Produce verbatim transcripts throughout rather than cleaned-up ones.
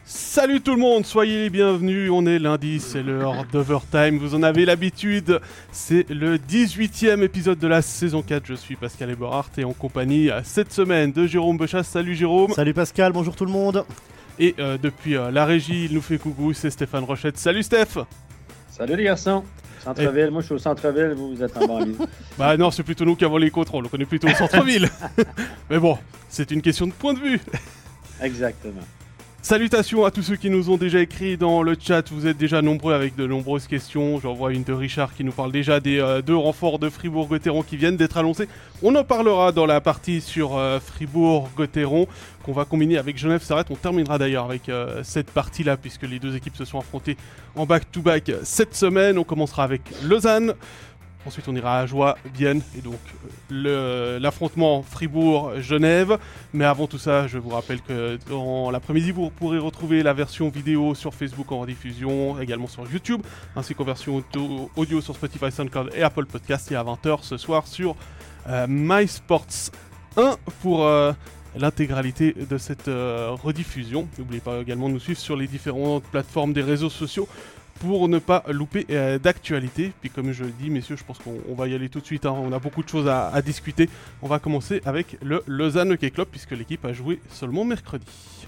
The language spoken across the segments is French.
Salut tout le monde, soyez les bienvenus, on est lundi, c'est l'heure d'Overtime, vous en avez l'habitude, c'est le dix-huitième épisode de la saison quatre, je suis Pascal Eberhardt et en compagnie euh, cette semaine de Jérôme Bechasse. Salut Jérôme. Salut Pascal, bonjour tout le monde. Et euh, depuis euh, la régie, il nous fait coucou, c'est Stéphane Rochette. Salut Steph. Salut les garçons. Centre-ville, et... moi je suis au centre-ville, vous, vous êtes en banlieue. Bah non, c'est plutôt nous qui avons les contrôles, on connaît plutôt au centre-ville. Mais bon, c'est une question de point de vue. Exactement. Salutations à tous ceux qui nous ont déjà écrit dans le chat, vous êtes déjà nombreux avec de nombreuses questions. J'en vois une de Richard qui nous parle déjà des euh, deux renforts de Fribourg-Gotteron qui viennent d'être annoncés. On en parlera dans la partie sur euh, Fribourg-Gotteron qu'on va combiner avec Genève-Servette. On terminera d'ailleurs avec euh, cette partie-là puisque les deux équipes se sont affrontées en back-to-back cette semaine. On commencera avec Lausanne. Ensuite, on ira à Joie, Bienne, et donc le, l'affrontement Fribourg-Genève. Mais avant tout ça, je vous rappelle que dans l'après-midi, vous pourrez retrouver la version vidéo sur Facebook en rediffusion, également sur YouTube, ainsi qu'en version auto, audio sur Spotify, SoundCloud et Apple Podcast. Et à vingt heures ce soir sur euh, MySports un pour euh, l'intégralité de cette euh, rediffusion. N'oubliez pas également de nous suivre sur les différentes plateformes des réseaux sociaux pour ne pas louper euh, d'actualité. Puis comme je le dis, messieurs, je pense qu'on on va y aller tout de suite, hein. On a beaucoup de choses à, à discuter. On va commencer avec le Lausanne Hockey Club, puisque l'équipe a joué seulement mercredi.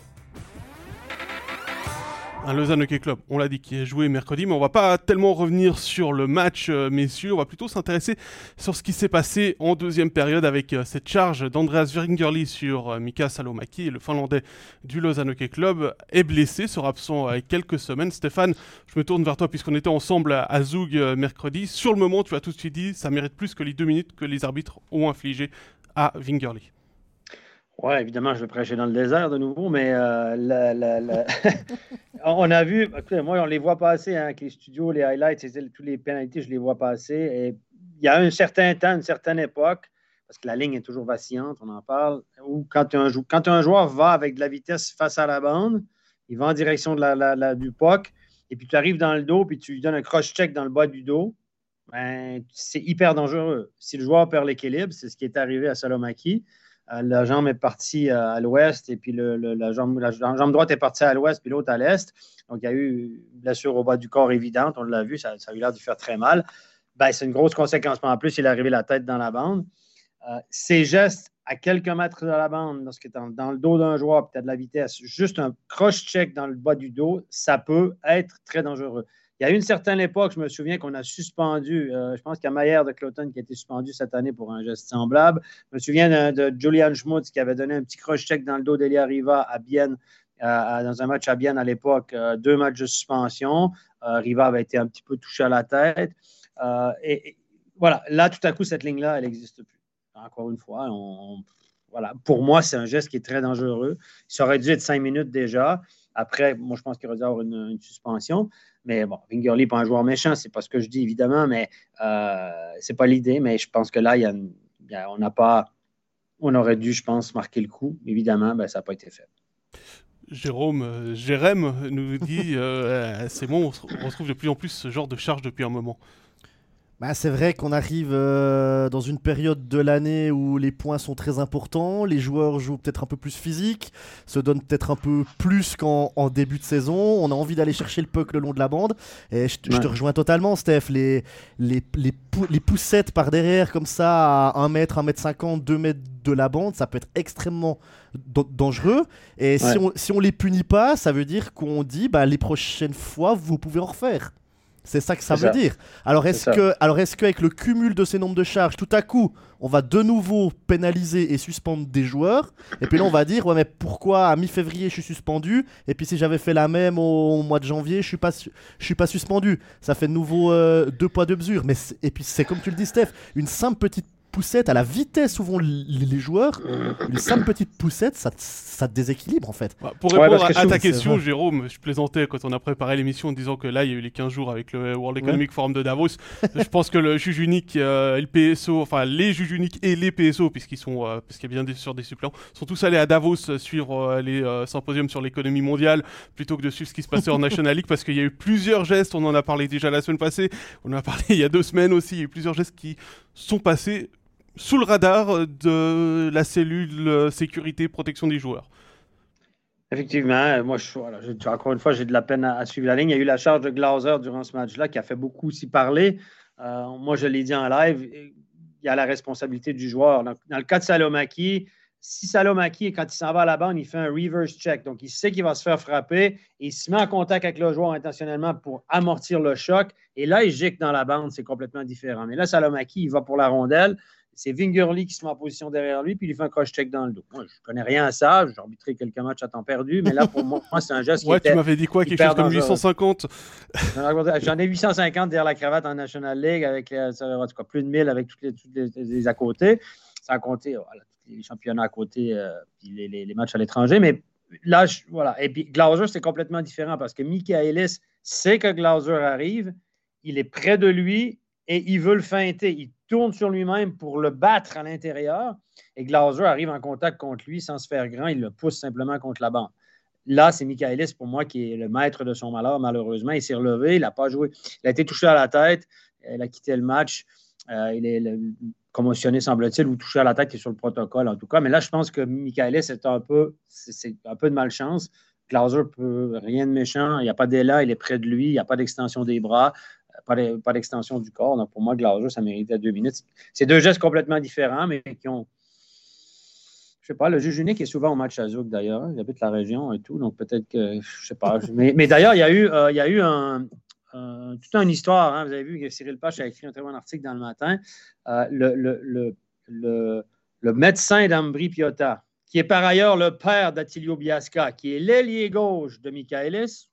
Un Lausanne Hockey Club, on l'a dit, qui a joué mercredi, mais on va pas tellement revenir sur le match, euh, messieurs. On va plutôt s'intéresser sur ce qui s'est passé en deuxième période avec euh, cette charge d'Andreas Virgingerli sur euh, Mika Salomaki. Et le Finlandais du Lausanne Hockey Club est blessé, sera absent euh, quelques semaines. Stéphane, je me tourne vers toi puisqu'on était ensemble à, à Zug euh, mercredi. Sur le moment, tu as tout de suite dit, ça mérite plus que les deux minutes que les arbitres ont infligées à Vingerli. Oui, évidemment, je vais prêcher dans le désert de nouveau, mais euh, la, la, la... on a vu, écoutez, moi, on les voit passer, hein, avec les studios, les highlights, tous les pénalités, je les vois passer. Et il y a un certain temps, une certaine époque, parce que la ligne est toujours vacillante, on en parle, où quand un, jou- quand un joueur va avec de la vitesse face à la bande, il va en direction de la, la, la, du puck, et puis tu arrives dans le dos, puis tu lui donnes un cross-check dans le bas du dos, ben, c'est hyper dangereux. Si le joueur perd l'équilibre, c'est ce qui est arrivé à Salomaki. La jambe est partie à l'ouest et puis le, le, la, jambe, la jambe droite est partie à l'ouest puis l'autre à l'est. Donc, il y a eu une blessure au bas du corps évidente. On l'a vu, ça, ça a eu l'air de faire très mal. Ben, c'est une grosse conséquence. En plus, il est arrivé la tête dans la bande. Euh, ces gestes à quelques mètres de la bande, lorsque tu es dans, dans le dos d'un joueur et tu as de la vitesse, juste un cross-check dans le bas du dos, ça peut être très dangereux. Il y a eu une certaine époque, je me souviens qu'on a suspendu, euh, je pense qu'il y a Maillard de Cloton qui a été suspendu cette année pour un geste semblable. Je me souviens de, de Julian Schmutz qui avait donné un petit cross-check dans le dos d'Elia Riva à Bienne, euh, dans un match à Bienne à l'époque, euh, deux matchs de suspension. Euh, Riva avait été un petit peu touché à la tête. Euh, et, et voilà, là, tout à coup, cette ligne-là, elle n'existe plus. Encore une fois, on, on, voilà. Pour moi, c'est un geste qui est très dangereux. Ça aurait dû être cinq minutes déjà. Après, moi, je pense qu'il aurait dû avoir une, une suspension. Mais bon, Vingerli n'est pas un joueur méchant, c'est pas ce que je dis, évidemment, mais euh, c'est pas l'idée. Mais je pense que là, il y a une, il y a, on n'a pas... On aurait dû, je pense, marquer le coup. Évidemment, ben, ça n'a pas été fait. Jérôme, euh, Jérém nous dit euh, c'est bon, on retrouve de plus en plus ce genre de charge depuis un moment. Bah, c'est vrai qu'on arrive euh, dans une période de l'année où les points sont très importants, les joueurs jouent peut-être un peu plus physique, se donnent peut-être un peu plus qu'en en début de saison, on a envie d'aller chercher le puck le long de la bande, et je, ouais. je te rejoins totalement Steph, les, les, les, pou- les poussettes par derrière comme ça à un mètre, un mètre cinquante, deux mètres de la bande, ça peut être extrêmement d- dangereux, et ouais. si, on, si on les punit pas, ça veut dire qu'on dit bah, les prochaines fois vous pouvez en refaire. C'est ça que ça c'est veut ça. dire. Alors est-ce, que, alors est-ce qu'avec le cumul de ces nombres de charges, tout à coup, on va de nouveau pénaliser et suspendre des joueurs, et puis là on va dire ouais mais pourquoi à mi-février je suis suspendu, et puis si j'avais fait la même au, au mois de janvier je suis pas, su- je suis pas suspendu. Ça fait de nouveau euh, deux poids deux mesures. Mais et puis c'est comme tu le dis Steph, une simple petite poussette à la vitesse où vont les, les joueurs, une simple petite poussette, ça, ça te déséquilibre en fait. Bah, pour répondre ouais, à, à ta question, Jérôme, je plaisantais quand on a préparé l'émission en disant que là il y a eu les quinze jours avec le World Economic ouais. Forum de Davos. Je pense que le juge unique euh, et le P S O, enfin les juges uniques et les P S O, puisqu'ils sont, euh, parce qu'il y a bien des, sur des suppléants, sont tous allés à Davos euh, suivre euh, les euh, symposiums sur l'économie mondiale plutôt que de suivre ce qui se passait en National League, parce qu'il y a eu plusieurs gestes, on en a parlé déjà la semaine passée, on en a parlé il y a deux semaines aussi, il y a eu plusieurs gestes qui sont passés sous le radar de la cellule sécurité protection des joueurs. Effectivement, moi, je, voilà, j'ai, encore une fois, j'ai de la peine à, à suivre la ligne. Il y a eu la charge de Glauser durant ce match-là qui a fait beaucoup aussi parler. Euh, moi, je l'ai dit en live, il y a la responsabilité du joueur. Dans, dans le cas de Salomaki, si Salomaki, quand il s'en va à la bande, il fait un reverse check. Donc, il sait qu'il va se faire frapper et il se met en contact avec le joueur intentionnellement pour amortir le choc. Et là, il gicle dans la bande, c'est complètement différent. Mais là, Salomaki, il va pour la rondelle. C'est Vingerly qui se met en position derrière lui, puis il lui fait un cross-check dans le dos. Moi, je ne connais rien à ça. J'ai arbitré quelques matchs à temps perdu, mais là, pour moi, c'est un geste qui ouais, était... Ouais, tu m'avais dit quoi? Quelque chose comme huit cent cinquante? J'en ai huit cent cinquante derrière la cravate en National League, avec les, en tout cas, plus de mille avec tous les, les, les, les à côté, sans compter voilà, les championnats à côté, euh, puis les, les, les matchs à l'étranger. Mais là, je, voilà. Et puis, Glauser, c'est complètement différent parce que Michaelis sait que Glauser arrive, il est près de lui et il veut le feinter. Il tourne sur lui-même pour le battre à l'intérieur et Glauser arrive en contact contre lui sans se faire grand. Il le pousse simplement contre la bande. Là, c'est Michaelis, pour moi, qui est le maître de son malheur, malheureusement. Il s'est relevé, il n'a pas joué. Il a été touché à la tête, il a quitté le match. Euh, il est le, commotionné, semble-t-il, ou touché à la tête, qui est sur le protocole, en tout cas. Mais là, je pense que Michaelis est un peu, c'est, c'est un peu de malchance. Glauser peut rien de méchant. Il n'y a pas d'élan, il est près de lui, il n'y a pas d'extension des bras. Pas, de, pas d'extension du corps. Donc, pour moi, Glauser, ça méritait deux minutes. C'est deux gestes complètement différents, mais qui ont... Je sais pas, le juge unique est souvent au match à Zouk, d'ailleurs. Il habite la région et tout, donc peut-être que... Je sais pas. Mais, mais d'ailleurs, il y a eu, euh, il y a eu un, un, toute une histoire. Hein. Vous avez vu que Cyril Pache a écrit un très bon article dans le matin. Euh, le, le, le, le, le médecin d'Ambry Piotta, qui est par ailleurs le père d'Attilio Biasca, qui est l'ailier gauche de Michaelis,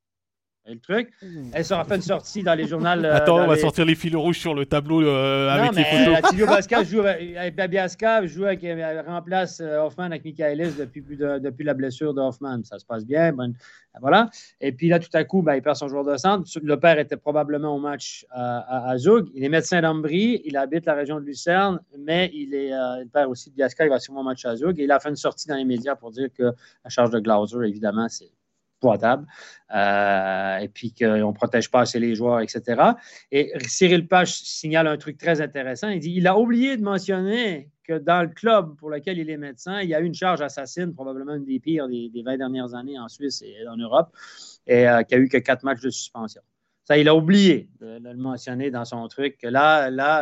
et le truc, elle sera fait une sortie dans les journaux. Euh, Attends, on va les... sortir les fils rouges sur le tableau euh, avec non, les mais photos. Attilio Biasca joue avec Biasca, joue avec, euh, remplace Hoffman avec Michaelis depuis, plus de, depuis la blessure de Hoffman. Ça se passe bien. Ben, voilà. Et puis là, tout à coup, ben, il perd son joueur de centre. Le père était probablement au match à, à, à Zoug. Il est médecin d'Ambry. Il habite la région de Lucerne, mais il est euh, le père aussi de Biasca. Il va sûrement au match à Zoug. Et il a fait une sortie dans les médias pour dire que la charge de Glauser, évidemment, c'est potable, euh, et puis qu'on ne protège pas assez les joueurs, et cetera. Et Cyril Pache signale un truc très intéressant. Il dit il a oublié de mentionner que dans le club pour lequel il est médecin, il y a eu une charge assassine, probablement une des pires des, des vingt dernières années en Suisse et en Europe, et euh, qui a eu que quatre matchs de suspension. Ça, il a oublié de, de le mentionner dans son truc. Que là, là,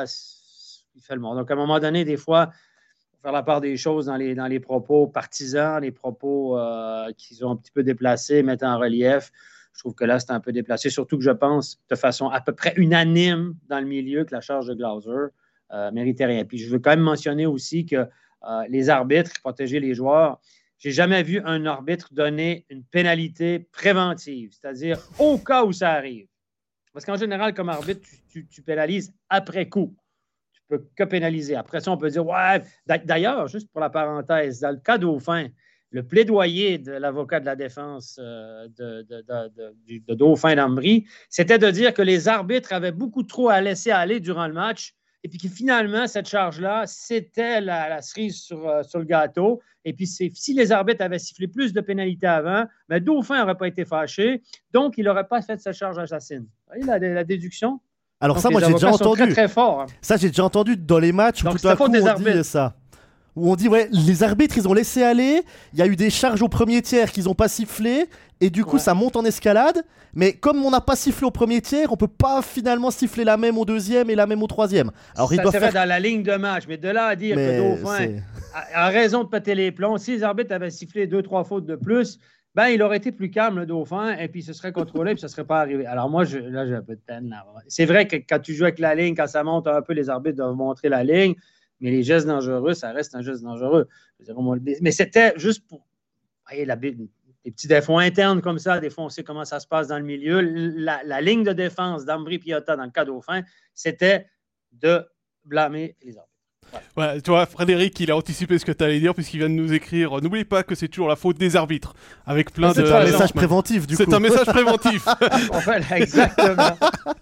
il fait le monde. Donc, à un moment donné, des fois, faire la part des choses dans les, dans les propos partisans, les propos euh, qui sont un petit peu déplacés, mettent en relief. Je trouve que là, c'est un peu déplacé, surtout que je pense de façon à peu près unanime dans le milieu que la charge de Glauser euh, méritait rien. Puis je veux quand même mentionner aussi que euh, les arbitres, protéger les joueurs, j'ai jamais vu un arbitre donner une pénalité préventive, c'est-à-dire au cas où ça arrive. Parce qu'en général, comme arbitre, tu, tu, tu pénalises après coup. Peut que pénaliser. Après ça, on peut dire, ouais, d'ailleurs, juste pour la parenthèse, dans le cas Dauphin, le plaidoyer de l'avocat de la défense euh, de, de, de, de, de Dauphin d'Ambry, c'était de dire que les arbitres avaient beaucoup trop à laisser aller durant le match et puis que finalement, cette charge-là, c'était la, la cerise sur, euh, sur le gâteau. Et puis, si les arbitres avaient sifflé plus de pénalités avant, mais Dauphin n'aurait pas été fâché, donc il n'aurait pas fait cette charge assassine. Vous voyez la, la déduction? Alors donc, ça, moi j'ai déjà entendu. Très, très fort, hein. Ça, j'ai déjà entendu dans les matchs où donc, tout à coup on dit ça. Où on dit ouais, les arbitres ils ont laissé aller. Il y a eu des charges au premier tiers qu'ils n'ont pas sifflé et du coup ouais. ça monte en escalade. Mais comme on n'a pas sifflé au premier tiers, on peut pas finalement siffler la même au deuxième et la même au troisième. Alors ça il doit serait faire dans la ligne de match, mais de là à dire mais que Dauphin a, a raison de péter les plombs. Si les arbitres avaient sifflé deux trois fautes de plus. Ben, il aurait été plus calme, le Dauphin, et puis ce serait contrôlé, puis ça ne serait pas arrivé. Alors moi, je, là, j'ai un peu de peine. Là. C'est vrai que quand tu joues avec la ligne, quand ça monte un peu, les arbitres doivent montrer la ligne, mais les gestes dangereux, ça reste un geste dangereux. Mais c'était juste pour... Voyez, la, des petits défauts internes comme ça, des fois, on sait comment ça se passe dans le milieu. La, la ligne de défense d'Ambry Piotta dans le cas Dauphin, c'était de blâmer les arbitres. Ouais. Ouais, tu vois, Frédéric, il a anticipé ce que tu allais dire puisqu'il vient de nous écrire. N'oubliez pas que c'est toujours la faute des arbitres. Avec plein c'est de. C'est un message préventif, du c'est coup. C'est un message préventif. Voilà, exactement.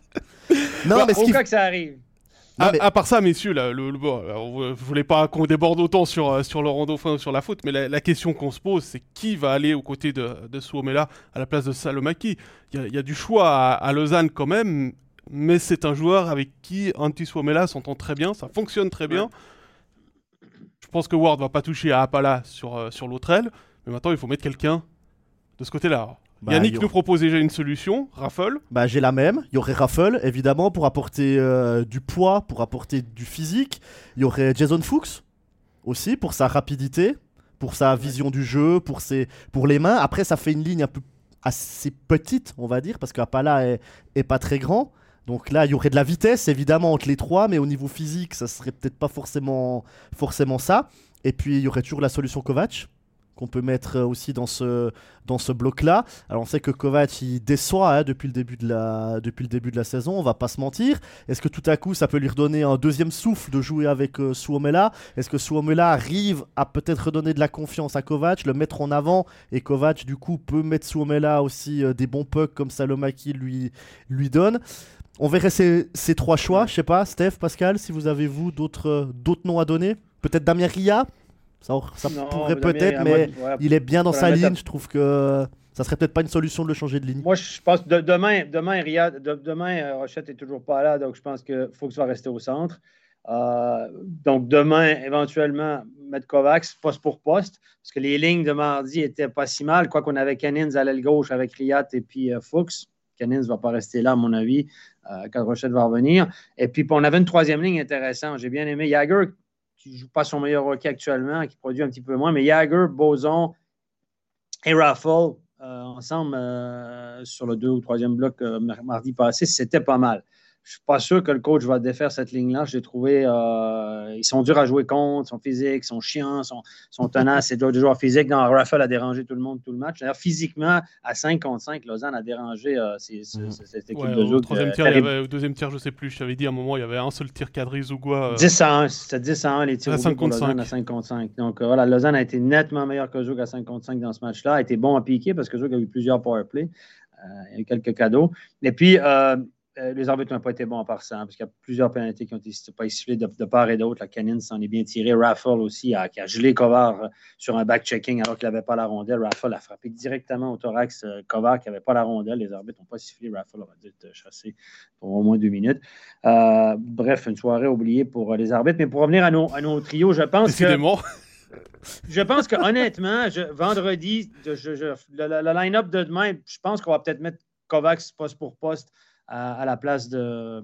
Non, bah, mais au cas que ça arrive. À, mais... à part ça, messieurs, là, le, le, bon, alors, je voulais pas qu'on déborde autant sur, sur Laurent Dauphin, sur la faute, mais la, la question qu'on se pose, c'est qui va aller aux côtés de, de Suomela à la place de Salomaki. Il y, y a du choix à, à Lausanne quand même, mais c'est un joueur avec qui Antti Suomela s'entend très bien, ça fonctionne très bien. Ouais. Je pense que Ward va pas toucher à Haapala sur, euh, sur l'autre aile, mais maintenant il faut mettre quelqu'un de ce côté-là. Bah, Yannick y aura- nous propose déjà une solution, Raffle. Bah, j'ai la même. Il y aurait Raffle, évidemment, pour apporter euh, du poids, pour apporter du physique. Il y aurait Jason Fuchs aussi, pour sa rapidité, pour sa vision du jeu, pour, ses... pour les mains. Après, ça fait une ligne un peu assez petite, on va dire, parce qu'Apala est... est pas très grand. Donc là, il y aurait de la vitesse, évidemment, entre les trois, mais au niveau physique, ça serait peut-être pas forcément, forcément ça. Et puis, il y aurait toujours la solution Kovac, qu'on peut mettre aussi dans ce, dans ce bloc-là. Alors, on sait que Kovac, il déçoit hein, depuis, le début de la, depuis le début de la saison, on va pas se mentir. Est-ce que tout à coup, ça peut lui redonner un deuxième souffle de jouer avec euh, Suomela? Est-ce que Suomela arrive à peut-être redonner de la confiance à Kovac, le mettre en avant, et Kovac, du coup, peut mettre Suomela aussi euh, des bons pucks comme Salomaki lui, lui donne? On verrait ces, ces trois choix, je sais pas, Steph, Pascal, si vous avez, vous, d'autres, euh, d'autres noms à donner? Peut-être Damien Ria? Ça, ça Non, pourrait mais Damien, peut-être, à mais moi, ouais, il est bien dans pour sa la mettre à- ligne. Je trouve que ça serait peut-être pas une solution de le changer de ligne. Moi, je pense que de- demain, demain, Riyad, de- demain euh, Rochette est toujours pas là, donc je pense que Fuchs va rester au centre. Euh, donc demain, éventuellement, mettre Kovacs poste pour poste, parce que les lignes de mardi étaient pas si mal, quoi qu'on avait Cannins à l'aile gauche avec Riyad et puis euh, Fuchs. Cannins ne va pas rester là, à mon avis, euh, quand Rochette va revenir. Et puis, on avait une troisième ligne intéressante. J'ai bien aimé Jagger, qui ne joue pas son meilleur hockey actuellement, qui produit un petit peu moins, mais Jagger, Boson et Raffle, euh, ensemble, euh, sur le deux ou troisième bloc euh, mardi passé, c'était pas mal. Je ne suis pas sûr que le coach va défaire cette ligne-là. J'ai trouvé, euh, ils sont durs à jouer contre, ils sont physiques, ils sont chiants, ils sont, sont tenaces. C'est des joueurs physiques. Non, Raffle a dérangé tout le monde tout le match. D'ailleurs, physiquement, à cinq contre cinq, Lausanne a dérangé euh, ces, ces, cette équipe Ouais, de au, Zouk. troisième euh, tir, il y terrible. avait, au deuxième tir, je sais plus, je t'avais dit à un moment, il y avait un seul tir cadré, Zougoua. Euh... dix à un, c'était dix à un les tirs À au but cinq pour contre Lausanne cinq. à cinq contre cinq. Donc euh, voilà, Lausanne a été nettement meilleur que Zouk à cinq contre cinq dans ce match-là, a été bon à piquer parce que Zouk a eu plusieurs powerplays, euh, il y a eu quelques cadeaux. Et puis, euh, euh, les arbitres n'ont pas été bons à part ça, hein, parce qu'il y a plusieurs pénalités qui ont été pas sifflées de, de part et d'autre. La Cannins s'en est bien tiré. Raffle aussi, a, qui a gelé Kovar euh, sur un back-checking alors qu'il n'avait pas la rondelle. Raffle a frappé directement au thorax euh, Kovar qui n'avait pas la rondelle. Les arbitres n'ont pas sifflé. Raffle aura dû être chassé pour au moins deux minutes. Euh, bref, une soirée oubliée pour euh, les arbitres. Mais pour revenir à nos, à nos trios, je pense que... Décidément. Je pense que honnêtement, je, vendredi, je, je, je, le, le line-up de demain, je pense qu'on va peut-être mettre Kovacs poste pour poste à, à la place de,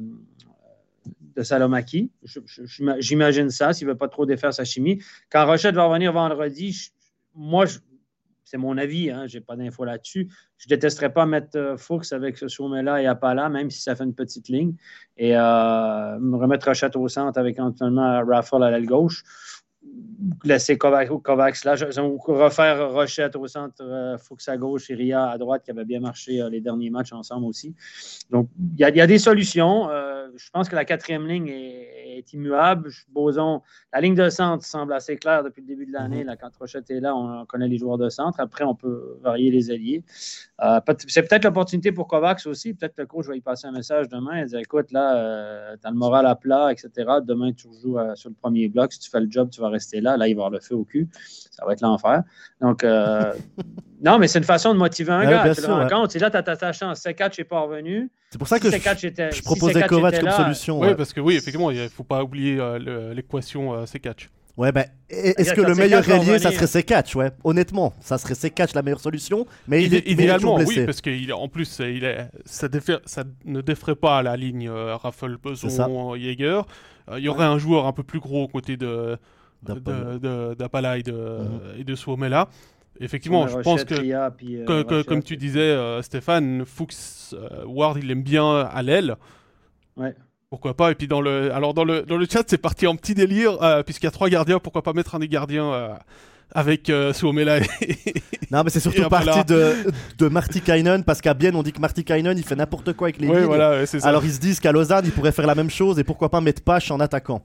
de Salomaki. Je, je, j'imagine ça, s'il ne veut pas trop défaire sa chimie. Quand Rochette va revenir vendredi, je, moi, je, c'est mon avis, hein, je n'ai pas d'infos là-dessus. Je ne détesterais pas mettre euh, Fuchs avec Suomela et Apala, même si ça fait une petite ligne, et euh, remettre Rochette au centre avec éventuellement Raffle à l'aile gauche. Laisser Kovacs, Kovacs là, je, refaire Rochette au centre, euh, Fuchs à gauche et Ria à droite qui avait bien marché euh, les derniers matchs ensemble aussi. Donc, il y, y a des solutions. Euh, je pense que la quatrième ligne est, est immuable. Boson, la ligne de centre semble assez claire depuis le début de l'année. Là, quand Rochette est là, on connaît les joueurs de centre. Après, on peut varier les alliés. Euh, c'est peut-être l'opportunité pour Kovacs aussi. Peut-être le coach va y passer un message demain et dire écoute, là, euh, tu as le moral à plat, et cetera. Demain, tu joues euh, sur le premier bloc. Si tu fais le job, tu vas rester là. Là, il va avoir le feu au cul. Ça va être l'enfer. Donc, euh, non, mais c'est une façon de motiver un ouais, gars. bien Tu sûr, le rends ouais. compte. C'est là, tu as ta chance. Sekatch n'est pas revenu. C'est pour ça Si que je, Sekatch était, je proposais si Kovac était comme là, solution. Oui, ouais. parce que oui, effectivement, il ne faut pas oublier euh, le, l'équation euh, C-catch. Ouais, ben, est-ce C'est-à-dire que que le c'est meilleur quatre ailier, ça revenir. serait Sekatch, ouais. Honnêtement, ça serait Sekatch la meilleure solution, mais il est, mais il est Idéalement, toujours oui, blessé. parce qu'en plus, il est, ça, défait, ça ne défrait pas la ligne euh, Raffle, Boson, Jaeger. Il euh, y aurait ouais. un joueur un peu plus gros aux côtés de, de, de, d'Apala et de, mm-hmm. et de Suomela. Effectivement, je pense que, Ria, puis, euh, que, que comme tu disais, euh, Stéphane, Fuchs, euh, Ward, il aime bien à l'aile. Ouais. Pourquoi pas. Et puis dans le, alors dans le, dans le chat, c'est parti en petit délire, euh, puisqu'il y a trois gardiens, pourquoi pas mettre un des gardiens euh, avec euh, Suomela et... Non, mais c'est surtout parti de, de Marty Kainen, parce qu'à Bienne, on dit que Marty Kainen, il fait n'importe quoi avec les ouais, lignes. Voilà, ouais, c'est ça. Alors ils se disent qu'à Lausanne, il pourrait faire la même chose, et pourquoi pas mettre Pache en attaquant.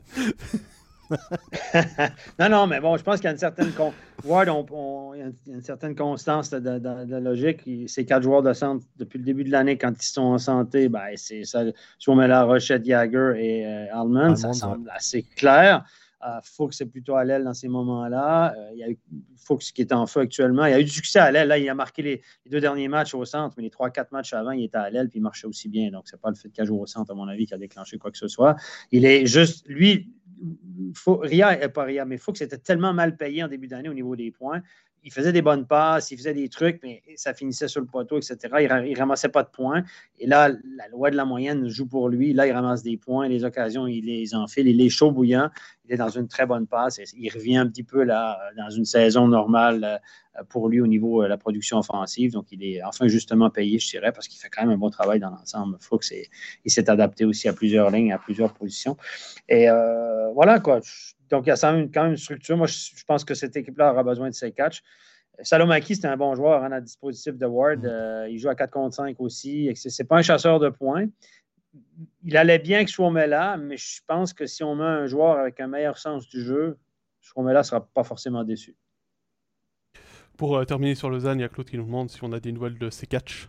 non, non, mais bon, je pense qu'il y a une certaine con... Ward, on, on, il y a une certaine constance de, de, de, de logique. Ces quatre joueurs de centre, depuis le début de l'année, quand ils sont en santé, ben, c'est ça. Suomela, Rochette, Jagger et euh, Allman, ça semble ouais. assez clair. Euh, Fuchs est plutôt à l'aile dans ces moments-là. Euh, il y a eu Fuchs qui est en feu actuellement. Il a eu du succès à l'aile. Là, il a marqué les, les deux derniers matchs au centre, mais les trois quatre matchs avant, il était à l'aile puis il marchait aussi bien. Donc, c'est pas le fait qu'il joue au centre, à mon avis, qui a déclenché quoi que ce soit. Il est juste, lui, faut, Ria, euh, pas Ria, mais Fuchs était tellement mal payé en début d'année au niveau des points. il faisait des bonnes passes, il faisait des trucs, mais ça finissait sur le poteau, et cetera. Il ne ramassait pas de points. Et là, la loi de la moyenne joue pour lui. Là, il ramasse des points, les occasions, il les enfile, il est chaud bouillant. Il est dans une très bonne passe. Il revient un petit peu là, dans une saison normale pour lui au niveau de la production offensive. Donc, il est enfin justement payé, je dirais, parce qu'il fait quand même un bon travail dans l'ensemble. Fuchs, il s'est adapté aussi à plusieurs lignes, à plusieurs positions. Et euh, voilà, quoi. Donc, il y a quand même une structure. Moi, je pense que cette équipe-là aura besoin de ses catchs. Salomaki, c'est un bon joueur hein, à dispositif de Ward. Mm. Euh, il joue à quatre contre cinq aussi. Ce n'est pas un chasseur de points. Il allait bien avec Suomela, mais je pense que si on met un joueur avec un meilleur sens du jeu, Suomela ne sera pas forcément déçu. Pour euh, terminer sur Lausanne, il y a Claude qui nous demande si on a des nouvelles de ses catchs.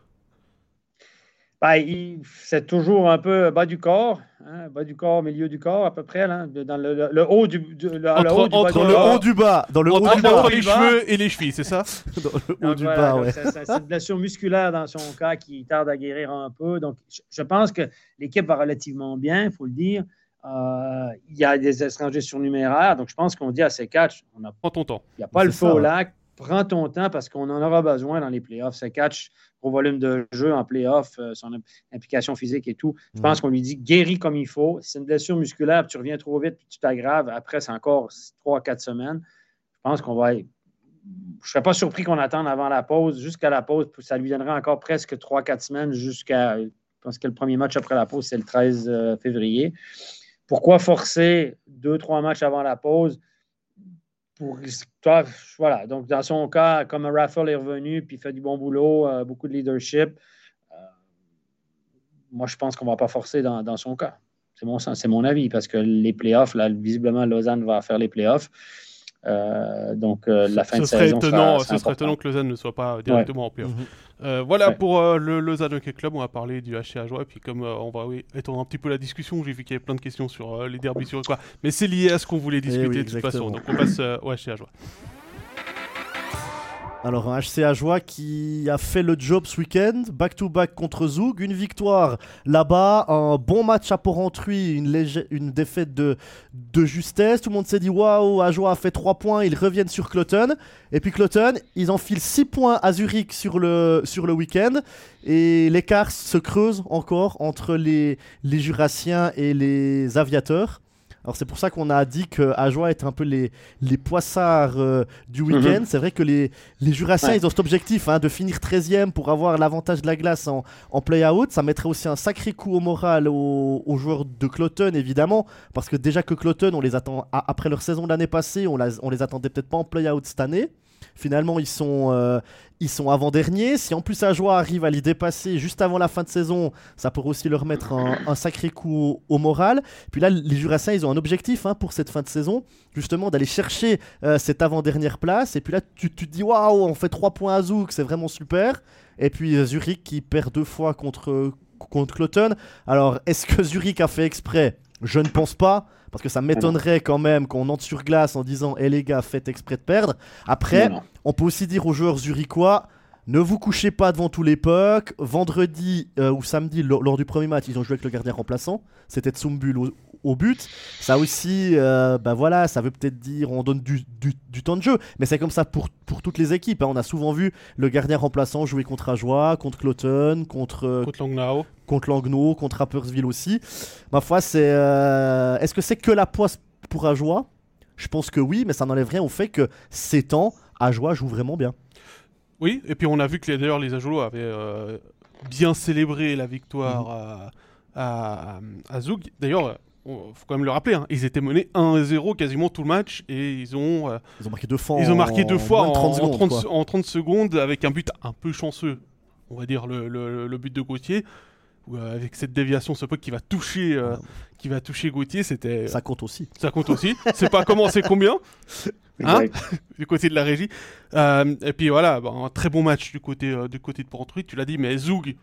Ben, il, c'est toujours un peu bas du corps, hein, bas du corps, milieu du corps à peu près, là, dans le, le, le haut du, du, le, entre, le haut du entre bas dans du le corps. haut du bas, dans le entre, haut du bas, entre les cheveux et les chevilles, c'est ça? Dans le haut donc, du voilà, bas, ouais. c'est, c'est, c'est une blessure musculaire dans son cas qui tarde à guérir un peu. Donc, je, je pense que l'équipe va relativement bien, il faut le dire. Euh, il y a des étrangers surnuméraires, donc je pense qu'on dit à ces catchs, on a, prends ton temps. Il n'y a pas c'est le faux ça, ouais. lac. Prends ton temps parce qu'on en aura besoin dans les playoffs. Ce catch, gros volume de jeu en playoffs, euh, son implication physique et tout. Je pense mmh. qu'on lui dit guéris comme il faut. Si c'est une blessure musculaire, tu reviens trop vite puis tu t'aggraves. Après, c'est encore trois à quatre semaines. Je pense qu'on va. Je ne serais pas surpris qu'on attende avant la pause. Jusqu'à la pause, ça lui donnerait encore presque trois à quatre semaines jusqu'à. Je pense que le premier match après la pause, c'est le treize février. Pourquoi forcer deux, trois matchs avant la pause? Pour, toi, voilà. Donc, dans son cas, comme Raffle est revenu puis fait du bon boulot, euh, beaucoup de leadership, euh, moi, je pense qu'on ne va pas forcer dans, dans son cas. C'est mon, c'est mon avis parce que les playoffs, là, visiblement, Lausanne va faire les playoffs. Euh, donc, euh, la fin ce de serait saison étonnant, sera, Ce serait étonnant que Lausanne ne soit pas directement ouais. en playoff. Mm-hmm. Euh, voilà ouais. pour euh, le Lausanne Hockey Club. On va parler du H C Ajoie. Et puis, comme euh, on va oui, étendre un petit peu la discussion, j'ai vu qu'il y avait plein de questions sur euh, les derbys, sur quoi. Mais c'est lié à ce qu'on voulait discuter oui, de toute exactement. façon. Donc, on passe euh, au H C Ajoie. Alors un H C Ajoie qui a fait le job ce week-end, back-to-back contre Zug, une victoire là-bas, un bon match à Porrentruy, une, légère, une défaite de, de justesse. Tout le monde s'est dit waouh, Ajoie a fait trois points, ils reviennent sur Cloton. Et puis Cloton, ils enfilent six points à Zurich sur le, sur le week-end. Et l'écart se creuse encore entre les, les Jurassiens et les Aviateurs. Alors c'est pour ça qu'on a dit que Ajoie est un peu les, les poissards euh, du week-end. Mm-hmm. C'est vrai que les, les Jurassiens, ouais. ils ont cet objectif hein, de finir treizième pour avoir l'avantage de la glace en, en play-out. Ça mettrait aussi un sacré coup au moral aux, aux joueurs de Cloton, évidemment. Parce que déjà que Cloton, on les attend à, après leur saison de l'année passée, on, la, on les attendait peut-être pas en play-out cette année. Finalement, ils sont, euh, ils sont avant-derniers. Si en plus Ajoie arrive à les dépasser juste avant la fin de saison, ça pourrait aussi leur mettre un, un sacré coup au, au moral. Puis là, les Jurassiens, ils ont un objectif hein, pour cette fin de saison, justement d'aller chercher euh, cette avant-dernière place. Et puis là, tu, tu te dis, waouh, on fait trois points à Zug, c'est vraiment super. Et puis Zurich qui perd deux fois contre, contre Cloton. Alors, est-ce que Zurich a fait exprès ? Je ne pense pas. Parce que ça m'étonnerait quand même qu'on entre sur glace en disant « Eh les gars, faites exprès de perdre ». Après, non, non. on peut aussi dire aux joueurs zurichois « Ne vous couchez pas devant tous les pucks ». Vendredi euh, ou samedi, lors, lors du premier match, ils ont joué avec le gardien remplaçant. C'était Tsumbul au, au but. Ça aussi, euh, bah voilà, ça veut peut-être dire on donne du, du, du temps de jeu. Mais c'est comme ça pour, pour toutes les équipes. Hein. On a souvent vu le gardien remplaçant jouer contre Ajoie, contre Cloton, contre... Euh, contre Langnau. contre Langnau, contre Rapperswil aussi. Ma foi, c'est... Euh... Est-ce que c'est que la poisse pour Ajoie ? Je pense que oui, mais ça n'enlève rien au fait que ces temps, Ajoie joue vraiment bien. Oui, et puis on a vu que les, d'ailleurs les Ajoulot avaient euh, bien célébré la victoire mmh. à, à, à Zug. D'ailleurs, il faut quand même le rappeler, hein, ils étaient menés un à zéro quasiment tout le match et ils ont... Euh, ils ont marqué deux fois, ils ont marqué deux fois en, trente secondes, en, trente, en trente secondes avec un but un peu chanceux. On va dire le, le, le but de Gauthier. Où, euh, avec cette déviation, ce puck qui va toucher, euh, ouais. qui va toucher Gauthier, c'était. Ça compte aussi. Ça compte aussi. C'est pas comment, c'est combien, hein, du côté de la régie. Euh, et puis voilà, bah, un très bon match du côté euh, du côté de Porrentruy. Tu l'as dit, mais Zug.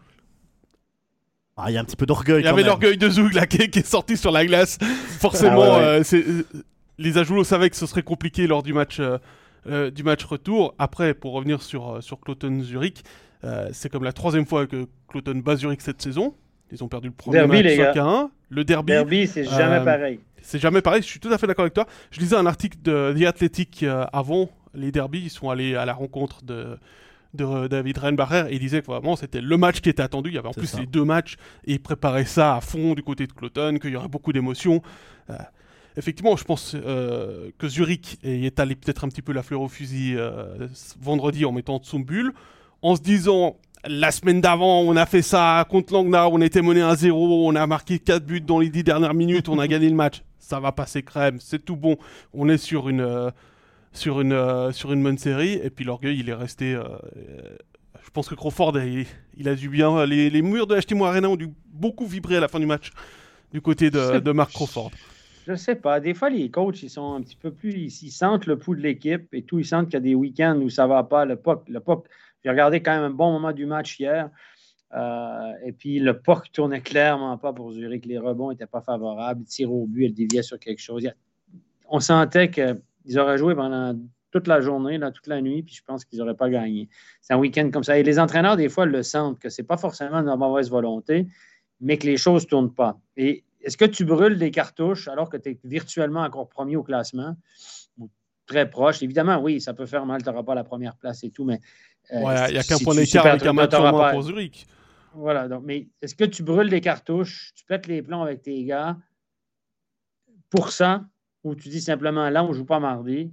Ah, il y a un petit peu d'orgueil. Il y avait même. l'orgueil de Zug là qui, qui est sorti sur la glace. Forcément, ah ouais, ouais. Euh, c'est, euh, les Ajoulots savaient que ce serait compliqué lors du match euh, euh, du match retour. Après, pour revenir sur euh, sur Cloton Zurich. Euh, c'est comme la troisième fois que Cloton bat Zurich cette saison. Ils ont perdu le premier derby, match cinq à un. Le derby, derby c'est jamais euh, pareil. C'est jamais pareil. Je suis tout à fait d'accord avec toi. Je lisais un article de The Athletic euh, avant les derbies, ils sont allés à la rencontre de, de David Reinbacher et il disait que vraiment c'était le match qui était attendu. Il y avait en C'est plus ça. les deux matchs et il préparait ça à fond du côté de Cloton, qu'il y aurait beaucoup d'émotions. Euh, effectivement, je pense euh, que Zurich est allé peut-être un petit peu la fleur au fusil euh, vendredi en mettant Tsumbul, en se disant la semaine d'avant, on a fait ça contre Langnau, on était mené à zéro, on a marqué quatre buts dans les dix dernières minutes, on a gagné le match. Ça va passer crème, c'est tout bon. On est sur une, euh, sur une, euh, sur une bonne série. Et puis l'orgueil, il est resté... Euh, euh, je pense que Crawford, il, il a dû bien... Les, les murs de H T M O Arena ont dû beaucoup vibrer à la fin du match du côté de, de Mark Crawford. Je sais pas. Des fois, les coachs, ils sont un petit peu plus... Ils, ils sentent le pouls de l'équipe et tout. Ils sentent qu'il y a des week-ends où ça va pas. Le puck, le puck... J'ai regardé quand même un bon moment du match hier. Euh, et puis, le puck tournait clairement pas pour Zurich. Les rebonds n'étaient pas favorables. Ils tiraient au but, ils déviaient sur quelque chose. On sentait qu'ils auraient joué pendant toute la journée, là, toute la nuit, puis je pense qu'ils n'auraient pas gagné. C'est un week-end comme ça. Et les entraîneurs, des fois, le sentent, que ce n'est pas forcément de la mauvaise volonté, mais que les choses ne tournent pas. Et est-ce que tu brûles des cartouches alors que tu es virtuellement encore premier au classement, ou très proche? Évidemment, oui, ça peut faire mal, tu n'auras pas la première place et tout, mais... Il euh, n'y a qu'un si point d'écart avec un match en moins pas... pour Zurich. Voilà, donc, mais est-ce que tu brûles des cartouches, tu pètes les plombs avec tes gars pour ça, ou tu dis simplement, là, on ne joue pas mardi,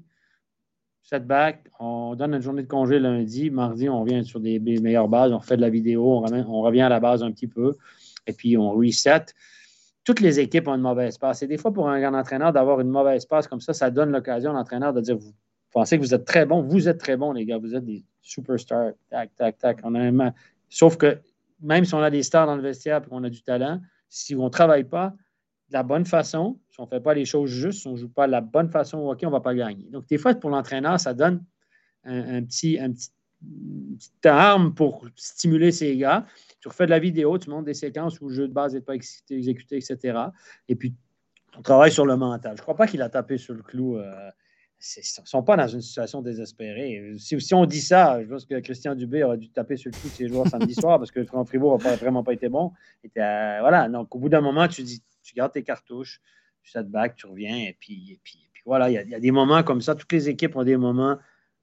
setback, on donne une journée de congé lundi, mardi, on revient sur des meilleures bases, on refait de la vidéo, on, ramène, on revient à la base un petit peu, et puis on reset. Toutes les équipes ont une mauvaise passe. Et des fois, pour un grand entraîneur, d'avoir une mauvaise passe comme ça, ça donne l'occasion à l'entraîneur de dire, vous pensez que vous êtes très bon, vous êtes très bon, les gars, vous êtes des superstars, tac, tac, tac. On a un... Sauf que même si on a des stars dans le vestiaire et qu'on a du talent, si on ne travaille pas de la bonne façon, si on ne fait pas les choses justes, si on ne joue pas de la bonne façon au hockey, on ne va pas gagner. Donc, des fois, pour l'entraîneur, ça donne un, un petit, un petit, une petite arme pour stimuler ses gars. Tu refais de la vidéo, tu montres des séquences où le jeu de base n'est pas exécuté, et cetera. Et puis, on travaille sur le mental. Je ne crois pas qu'il a tapé sur le clou. Euh, ils ne sont pas dans une situation désespérée. Si, si on dit ça, je pense que Christian Dubé aurait dû taper sur le clou de ses joueurs samedi soir parce que Franck Fribourg n'a vraiment pas été bon. Et euh, voilà. Donc, au bout d'un moment, tu dis, tu gardes tes cartouches, tu setback, tu reviens. Et puis, et puis, et puis voilà, il y, y a des moments comme ça. Toutes les équipes ont des moments.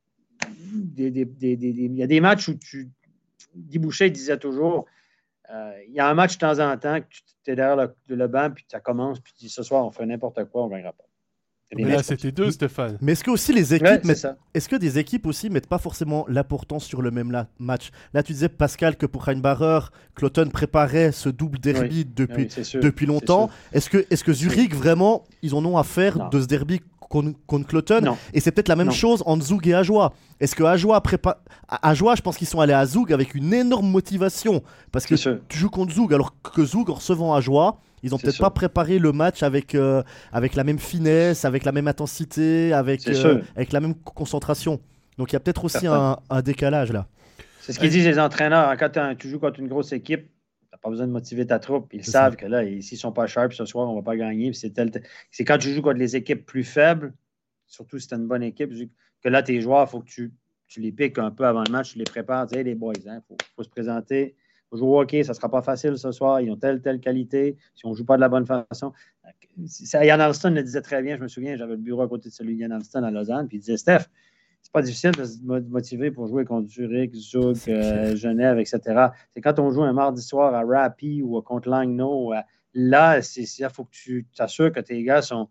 Des, des, des, des, des, il y a des matchs où tu. Guy Boucher disait toujours euh, il y a un match de temps en temps que tu es derrière le, le banc, puis ça commence, puis tu dis ce soir, on fait n'importe quoi, on ne gagnera pas. Mais là, c'était deux, Stéphane. Mais est-ce que aussi les équipes ouais, mettent... est-ce que des équipes aussi mettent pas forcément l'importance sur le même la... match? Là, tu disais Pascal que pour Reinbacher, Cloton préparait ce double derby oui. depuis oui, depuis longtemps. Est-ce que est-ce que Zurich vraiment ils en ont à faire non. de ce derby contre, contre Cloton? Non. Et c'est peut-être la même non. chose en Zug et Ajoie. Est-ce que Ajoie prépa... Ajoie, je pense qu'ils sont allés à Zug avec une énorme motivation parce que tu joues contre Zug alors que Zug en recevant Ajoie, ils n'ont peut-être sûr. pas préparé le match avec, euh, avec la même finesse, avec la même intensité, avec, euh, avec la même concentration. Donc il y a peut-être aussi un, un décalage là. C'est ce qu'ils disent les entraîneurs. Quand tu joues contre une grosse équipe, tu n'as pas besoin de motiver ta troupe. Ils c'est savent ça. que là, s'ils ne sont pas sharp ce soir, on ne va pas gagner. C'est, tel, c'est quand tu joues contre les équipes plus faibles, surtout si tu as une bonne équipe, que là, tes joueurs, il faut que tu, tu les piques un peu avant le match, tu les prépares. Tu sais, les boys, il hein, faut, faut se présenter. Faut jouer au hockey, ça ne sera pas facile ce soir. Ils ont telle, telle qualité. Si on ne joue pas de la bonne façon. Ça, Yann Alston le disait très bien. Je me souviens, j'avais le bureau à côté de celui de Yann Alston à Lausanne. Puis il disait, Steph, c'est pas difficile de se motiver pour jouer contre Zurich, Zug, euh, Genève, et cetera. C'est quand on joue un mardi soir à Rappi ou contre Langnau. Euh, là, il faut que tu t'assures que tes gars sont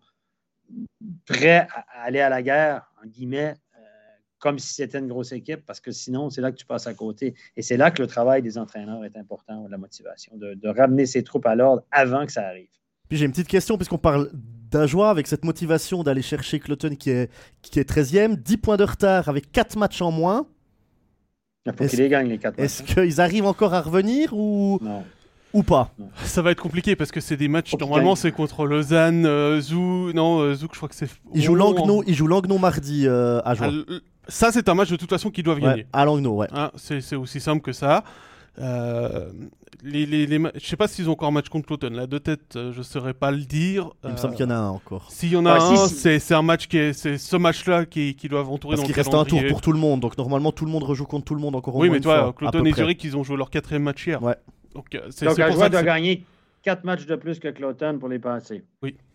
prêts à aller à la guerre, en guillemets, comme si c'était une grosse équipe, parce que sinon, c'est là que tu passes à côté. Et c'est là que le travail des entraîneurs est important, la motivation, de, de ramener ses troupes à l'ordre avant que ça arrive. Puis j'ai une petite question, puisqu'on parle d'Ajoie, avec cette motivation d'aller chercher Cloton qui est, qui est treizième, dix points de retard avec quatre matchs en moins. Il faut qu'ils les gagnent, les quatre matchs. Est-ce qu'ils arrivent encore à revenir ou... Non. Ou pas? Non. Ça va être compliqué parce que c'est des matchs, faut normalement c'est contre Lausanne, euh, Zou, non, euh, Zouk, je crois que c'est... Ils jouent Langnau, ils jouent Langnau mardi euh, à Ajoie. Ah, ça c'est un match de toute façon qu'ils doivent gagner. Ouais, à Langnau, ouais. Hein, c'est, c'est aussi simple que ça. Euh, les, les, les ma- je sais pas s'ils ont encore un match contre Cloton. Là, de tête, je saurais pas le dire. Il euh, me semble qu'il y en a un encore. S'il y en a ouais, un, si, si. C'est, c'est un match qui est, c'est ce match-là qui, qui doivent entourer Parce dans qu'il le reste un tour calendrier. pour tout le monde. Donc normalement tout le monde rejoue contre tout le monde encore au oui, moins mais une toi, fois, Cloton et Zurich, ils ont joué leur quatrième match hier. Ouais. Donc, c'est, Donc c'est Ajoie doit c'est... gagner quatre matchs de plus que Cloton pour les passer. Oui.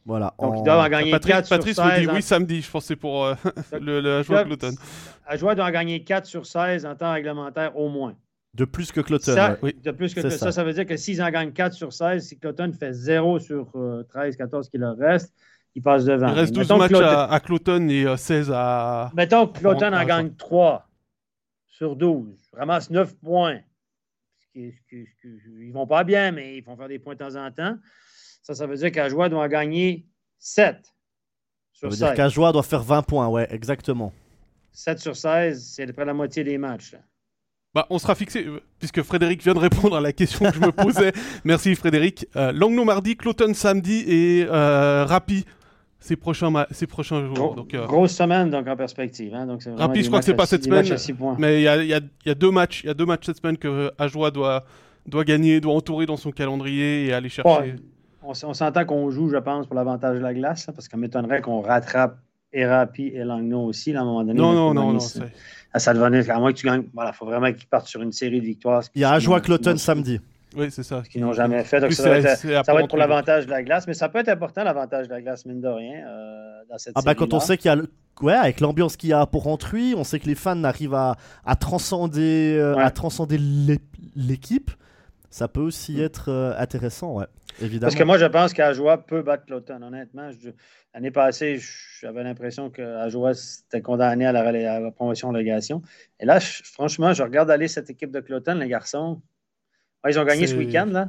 Voilà. Donc, en... ils doivent en gagner Patrice, quatre sur Patrice seize. me dit en... oui samedi, je pensais pour euh, le, le Ajoie Cloton. Ajoie doit en gagner quatre sur seize en temps réglementaire au moins. De plus que Cloton, ça, ouais. Oui. De plus que C'est ça. ça. ça, ça veut dire que s'ils en gagnent quatre sur seize, si Cloton fait zéro sur euh, treize quatorze qui leur reste, ils passent devant. Il reste douze mettons matchs Cloton... à, à Cloton et euh, seize à... Mettons que Cloton en à gagne trois sur douze, ramasse neuf points. Ce qui, ce qui, ce qui, ils vont pas bien, mais ils vont faire des points de temps en temps. Ça, ça veut dire qu'Ajoie doit en gagner sept sur Ça veut seize. dire qu'Ajoie doit faire vingt points, ouais, exactement. sept sur seize, c'est près de la moitié des matchs. Là. Bah, on sera fixé, euh, puisque Frédéric vient de répondre à la question que je me posais. Merci Frédéric. Euh, Langnau mardi, Cloton samedi et euh, Rapi ces prochains, ma- ces prochains jours. Gros, Donc, euh, grosse semaine donc en perspective. Hein? Donc, c'est Rapi, je crois que c'est pas cette semaine, points. mais il y a, y, a, y a deux matchs, il y a deux matchs cette semaine que Ajoie doit, doit gagner, doit entourer dans son calendrier et aller chercher. Ouais, on, on s'entend qu'on joue, je pense, pour l'avantage de la glace, là, parce qu'on m'étonnerait qu'on rattrape et Rapi et Langnau aussi, là, à un moment donné. Non, non, non, non. Ça, ça devenait, à moins que tu gagnes, voilà, il faut vraiment qu'ils partent sur une série de victoires. Il y a Ajoie Cloton samedi. Oui, c'est ça. Ce qu'ils n'ont jamais fait. Donc, Plus ça, va c'est- être, c'est ça va être pour apparent l'avantage de la glace, mais ça peut être important, l'avantage de la glace, mine de rien, euh, dans cette Ah bah quand série-là. on sait qu'il y a le... ouais, avec l'ambiance qu'il y a pour Antruy, on sait que les fans arrivent à, à transcender, euh, Ouais. à transcender l'é- l'équipe. Ça peut aussi Mm. être euh, intéressant, ouais, évidemment. Parce que moi, je pense qu'Ajoie peut battre Cloton, honnêtement. Je- L'année passée, j'avais l'impression qu'Ajoie était condamné à la, relé- à la promotion-légation. Et là, je- franchement, je regarde aller cette équipe de Cloton, les garçons. Ouais, ils ont gagné C'est- ce week-end, là.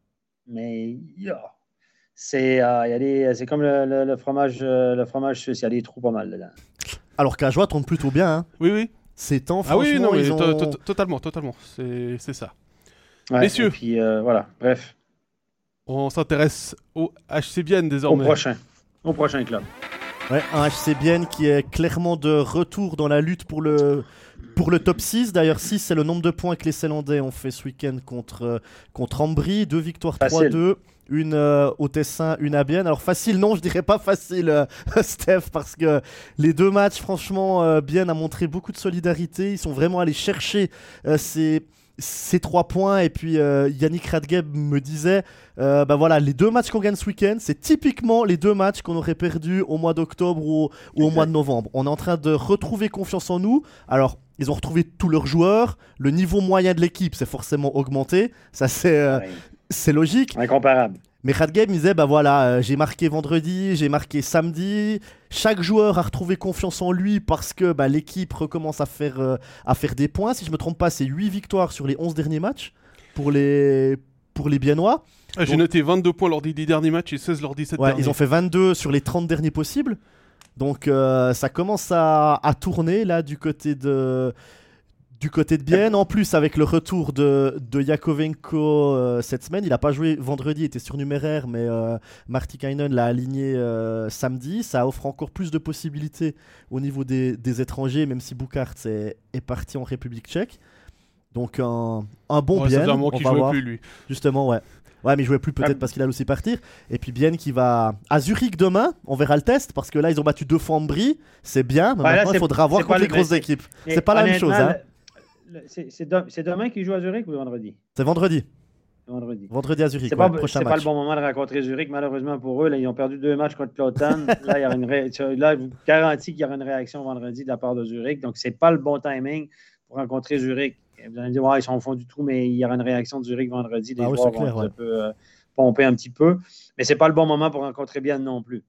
Mais yeah, c'est euh, il y a des- c'est comme le, le- le fromage, euh, le fromage suisse, il y a des trous pas mal dedans. Alors qu'Ajoie tombe plutôt bien, hein. Oui, oui. Ces temps, Ah oui, franchement, non, mais ils ont... to- to- totalement, totalement. C'est c'est ça. Ouais, Messieurs. Et puis, euh, voilà, bref, On s'intéresse au H C Bienne au désormais. prochain. Au prochain club. Ouais, un H C Bienne qui est clairement de retour dans la lutte pour le, pour le top six. D'ailleurs, six, c'est le nombre de points que les Célandais ont fait ce week-end contre, euh, contre Ambry. Deux victoires Facile. trois deux. Une euh, au Tessin, une à Bienne. Alors facile, non, je dirais pas facile, euh, Steph, parce que les deux matchs, franchement, euh, Bienne a montré beaucoup de solidarité. Ils sont vraiment allés chercher euh, ces, ces trois points. Et puis euh, Yannick Radgeb me disait, euh, bah voilà, les deux matchs qu'on gagne ce week-end, c'est typiquement les deux matchs qu'on aurait perdus au mois d'octobre ou, au- ou au mois de novembre. On est en train de retrouver confiance en nous. Alors, ils ont retrouvé tous leurs joueurs. Le niveau moyen de l'équipe s'est forcément augmenté. Ça, c'est... euh, Ouais, c'est logique, incomparable. mais Radgeb me disait bah voilà, euh, j'ai marqué vendredi, j'ai marqué samedi. Chaque joueur a retrouvé confiance en lui parce que bah, l'équipe recommence à faire, euh, à faire des points. Si je me trompe pas, c'est huit victoires sur les onze derniers matchs pour les, pour les Biennois. Ah, J'ai Donc- noté vingt-deux points lors des dix derniers matchs et seize lors des dix-sept Ouais, derniers. ils ont fait vingt-deux sur les trente derniers possibles. Donc euh, ça commence à, à tourner là du côté de, du côté de Bienne. En plus, avec le retour de, de Yakovenko euh, cette semaine, il n'a pas joué vendredi, il était surnuméraire, mais euh, Martikainen l'a aligné euh, samedi. Ça offre encore plus de possibilités au niveau des, des étrangers, même si Boucart est, est parti en République tchèque. Donc un, un bon Ouais, ça Bienne, faisait un moment on qu'il va jouait voir. plus, lui. Justement, ouais. Ouais, mais il jouait plus peut-être Ah. parce qu'il allait aussi partir. Et puis Bienne qui va à Zurich demain. On verra le test parce que là, ils ont battu deux fois Ambry. C'est bien, mais Ouais, là, maintenant, il c'est- faudra voir c'est pas contre les le- grosses mais- équipes. Mais C'est pas la même chose, honnêtement, hein. le- le- C'est c'est de- c'est demain qu'ils jouent à Zurich ou vendredi? C'est vendredi. Vendredi. Vendredi à Zurich, C'est ouais, pas, prochain c'est pas match. le bon moment de rencontrer Zurich, malheureusement pour eux. Là, ils ont perdu deux matchs contre Cloton. là, il y aura une ré... là, je vous garantis qu'il y aura une réaction vendredi de la part de Zurich. Donc, c'est pas le bon timing pour rencontrer Zurich. Et vous allez me dire, ouais, ils sont au fond du trou, mais il y aura une réaction de Zurich vendredi. Les Ah oui, joueurs c'est clair, vont ouais. un peu euh, pomper un petit peu. Mais c'est pas le bon moment pour rencontrer Bienne non plus.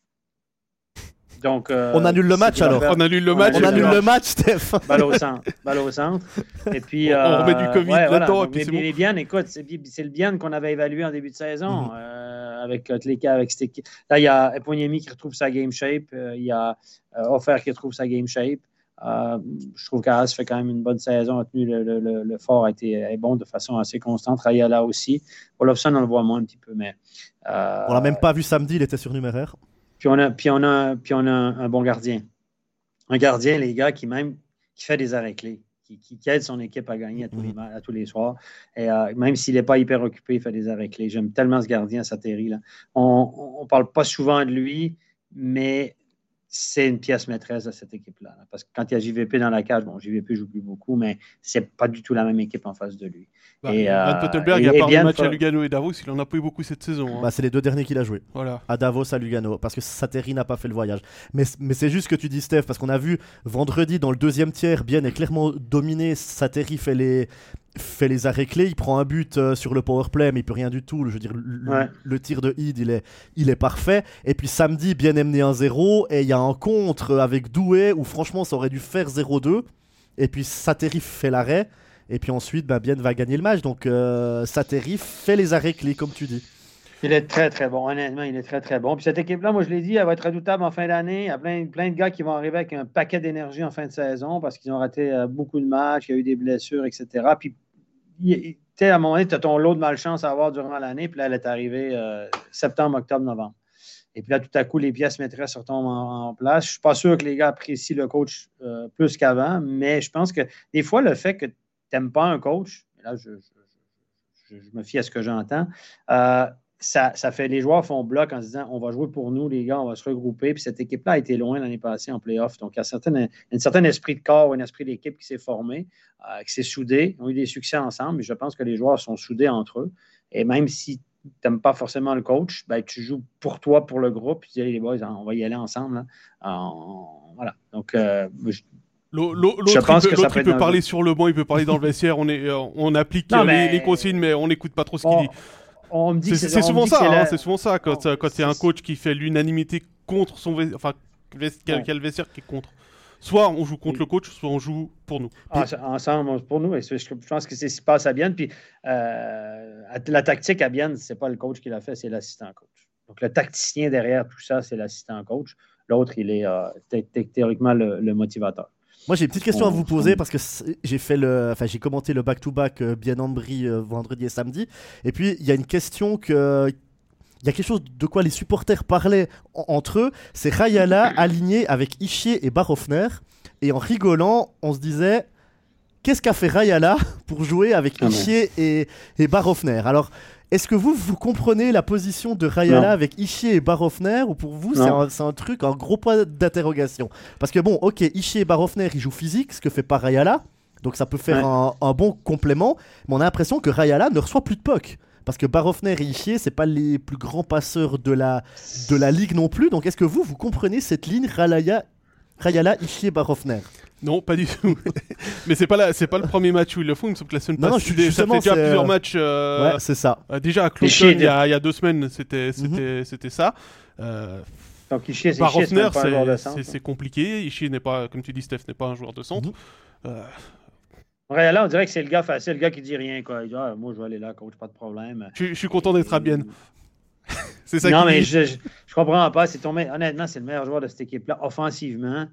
Donc, euh, On annule le match, c'est alors. On annule le On match. On annule annule le le match, Steph. balle au centre. Balle au centre. Et puis, On- on remet du euh, Covid ouais, voilà. là-dedans, Donc, et puis mais- c'est mais bon. les Bienne, écoute, c'est, c'est le Bienne qu'on avait évalué en début de saison Mhm. euh, avec euh, les cas, avec cette équipe. Là, il y a Eponiemi qui retrouve sa game shape. euh, il y a euh, Offer qui retrouve sa game shape. Euh, je trouve qu'Arras fait quand même une bonne saison. A tenu le, le, le, le fort a été est bon de façon assez constante. Raya là aussi. Olofsson, on le voit moins un petit peu, mais. euh, On l'a même pas vu samedi, il était surnuméraire. puis on a, puis on a, puis on a un, un bon gardien. Un gardien, les gars, qui même qui fait des arrêts clés, qui, qui, qui aide son équipe à gagner à tous, Mhm. les, ma- à tous les soirs. Et euh, même s'il n'est pas hyper occupé, il fait des arrêts clés. J'aime tellement ce gardien, Sateri. Là. On ne parle pas souvent de lui, mais c'est une pièce maîtresse de cette équipe-là. Là. Parce que quand il y a J V P dans la cage, bon, J V P ne joue plus beaucoup, mais c'est pas du tout la même équipe en face de lui. Bah, et, Van euh, Pottelberg, et, à part bien, le match faut... à Lugano et Davos, il en a pas eu beaucoup cette saison. Hein. Bah, c'est les deux derniers qu'il a joué. Voilà. À Davos, à Lugano, parce que Sateri n'a pas fait le voyage. Mais, mais c'est juste ce que tu dis, Steph, parce qu'on a vu vendredi dans le deuxième tiers, Bien est clairement dominé. Sateri fait les, fait les arrêts clés, il prend un but euh, sur le powerplay, mais il peut rien du tout. Je veux dire, le, ouais. le tir de Id, il est, il est parfait. Et puis samedi, Bien est mené un zéro, et il y a un contre avec Douai où franchement ça aurait dû faire zéro deux. Et puis Sateri fait l'arrêt. Et puis ensuite, bah, Bien va gagner le match. Donc, euh, Sateri fait les arrêts clés, comme tu dis. Il est très, très bon. Honnêtement, il est très, très bon. Puis cette équipe-là, moi, je l'ai dit, elle va être redoutable en fin d'année. Il y a plein, plein de gars qui vont arriver avec un paquet d'énergie en fin de saison parce qu'ils ont raté euh, beaucoup de matchs, il y a eu des blessures, et cetera. Puis, tu sais, à un moment donné, tu as ton lot de malchance à avoir durant l'année. Puis là, elle est arrivée euh, septembre, octobre, novembre. Et puis là, tout à coup, les pièces maîtresses retombent en, en place. Je ne suis pas sûr que les gars apprécient le coach euh, plus qu'avant, mais je pense que des fois, le fait que tu n'aimes pas un coach, et là, je, je, je, je me fie à ce que j'entends, euh, ça, ça fait les joueurs font bloc en se disant on va jouer pour nous, les gars, on va se regrouper. Puis cette équipe-là a été loin l'année passée en play-off. Donc, il y a certaine, un certain esprit de corps, un esprit d'équipe qui s'est formé, euh, qui s'est soudé. Ils ont eu des succès ensemble, mais je pense que les joueurs sont soudés entre eux. Et même si tu n'aimes pas forcément le coach, ben, tu joues pour toi, pour le groupe, puis tu dis les boys, on va y aller ensemble. Hein. Euh, voilà. Donc, euh, je, L'autre, il peut, l'autre, il peut parler sur le banc, il peut parler dans le vestiaire. On, est, on applique non, mais... les, les consignes, mais on n'écoute pas trop ce qu'il dit. On me dit c'est, que c'est, c'est, souvent ça, c'est, hein, la... c'est souvent ça. Quand, oh, quand il y a un coach qui fait l'unanimité contre son vestiaire, enfin, quel, quel vestiaire qui est contre. Soit on joue contre oui. le coach, soit on joue pour nous. Ah, ensemble, pour nous. Et je pense que c'est ce qui se passe à Bienne. Puis euh, la tactique à Bienne, c'est pas le coach qui l'a fait, c'est l'assistant coach. Donc le tacticien derrière tout ça, c'est l'assistant coach. L'autre, il est euh, théoriquement le, le motivateur. Moi, j'ai une petite question à vous poser parce que j'ai fait le, enfin, j'ai commenté le back-to-back euh, Bien-Ambry euh, vendredi et samedi. Et puis, il y a une question que, il y a quelque chose de quoi les supporters parlaient en, entre eux. C'est Rayala aligné avec Ischier et Barofner. Et en rigolant, on se disait, qu'est-ce qu'a fait Rayala pour jouer avec Ischier et, et Barofner ? Alors, est-ce que vous, vous comprenez la position de Rayala non. avec Ischier et Barofner ou pour vous, c'est un, c'est un truc, un gros point d'interrogation ? Parce que bon, ok, Ischier et Barofner, ils jouent physique, ce que fait pas Rayala, donc ça peut faire ouais. un, un bon complément, mais on a l'impression que Rayala ne reçoit plus de puck. Parce que Barofner et Ischier, c'est pas les plus grands passeurs de la, de la ligue non plus, donc est-ce que vous, vous comprenez cette ligne Rayala, Rayala Ischier, Barofner ? Non, pas du tout. Mais c'est pas, la, c'est pas le premier match où ils le font. Il me semble que la semaine non, passée, non, ça fait déjà plusieurs matchs. Euh, ouais, c'est ça. Euh, déjà à Cloton, il y, a, il y a deux semaines, c'était, c'était, mm-hmm. c'était ça. Euh, Donc Ischier, c'est, Barofner, c'est, c'est, c'est, c'est compliqué. Ischier n'est pas, comme tu dis, Steph, n'est pas un joueur de centre. Mm-hmm. Euh... Ouais, là, on dirait que c'est le gars facile, le gars qui dit rien. Quoi. Il dit ah, moi, je vais aller là, coach, pas de problème. Je, je suis content d'être à Bienne. C'est ça non, qui mais dit. je, je, je comprends pas. C'est tombé... Honnêtement, c'est le meilleur joueur de cette équipe-là, offensivement.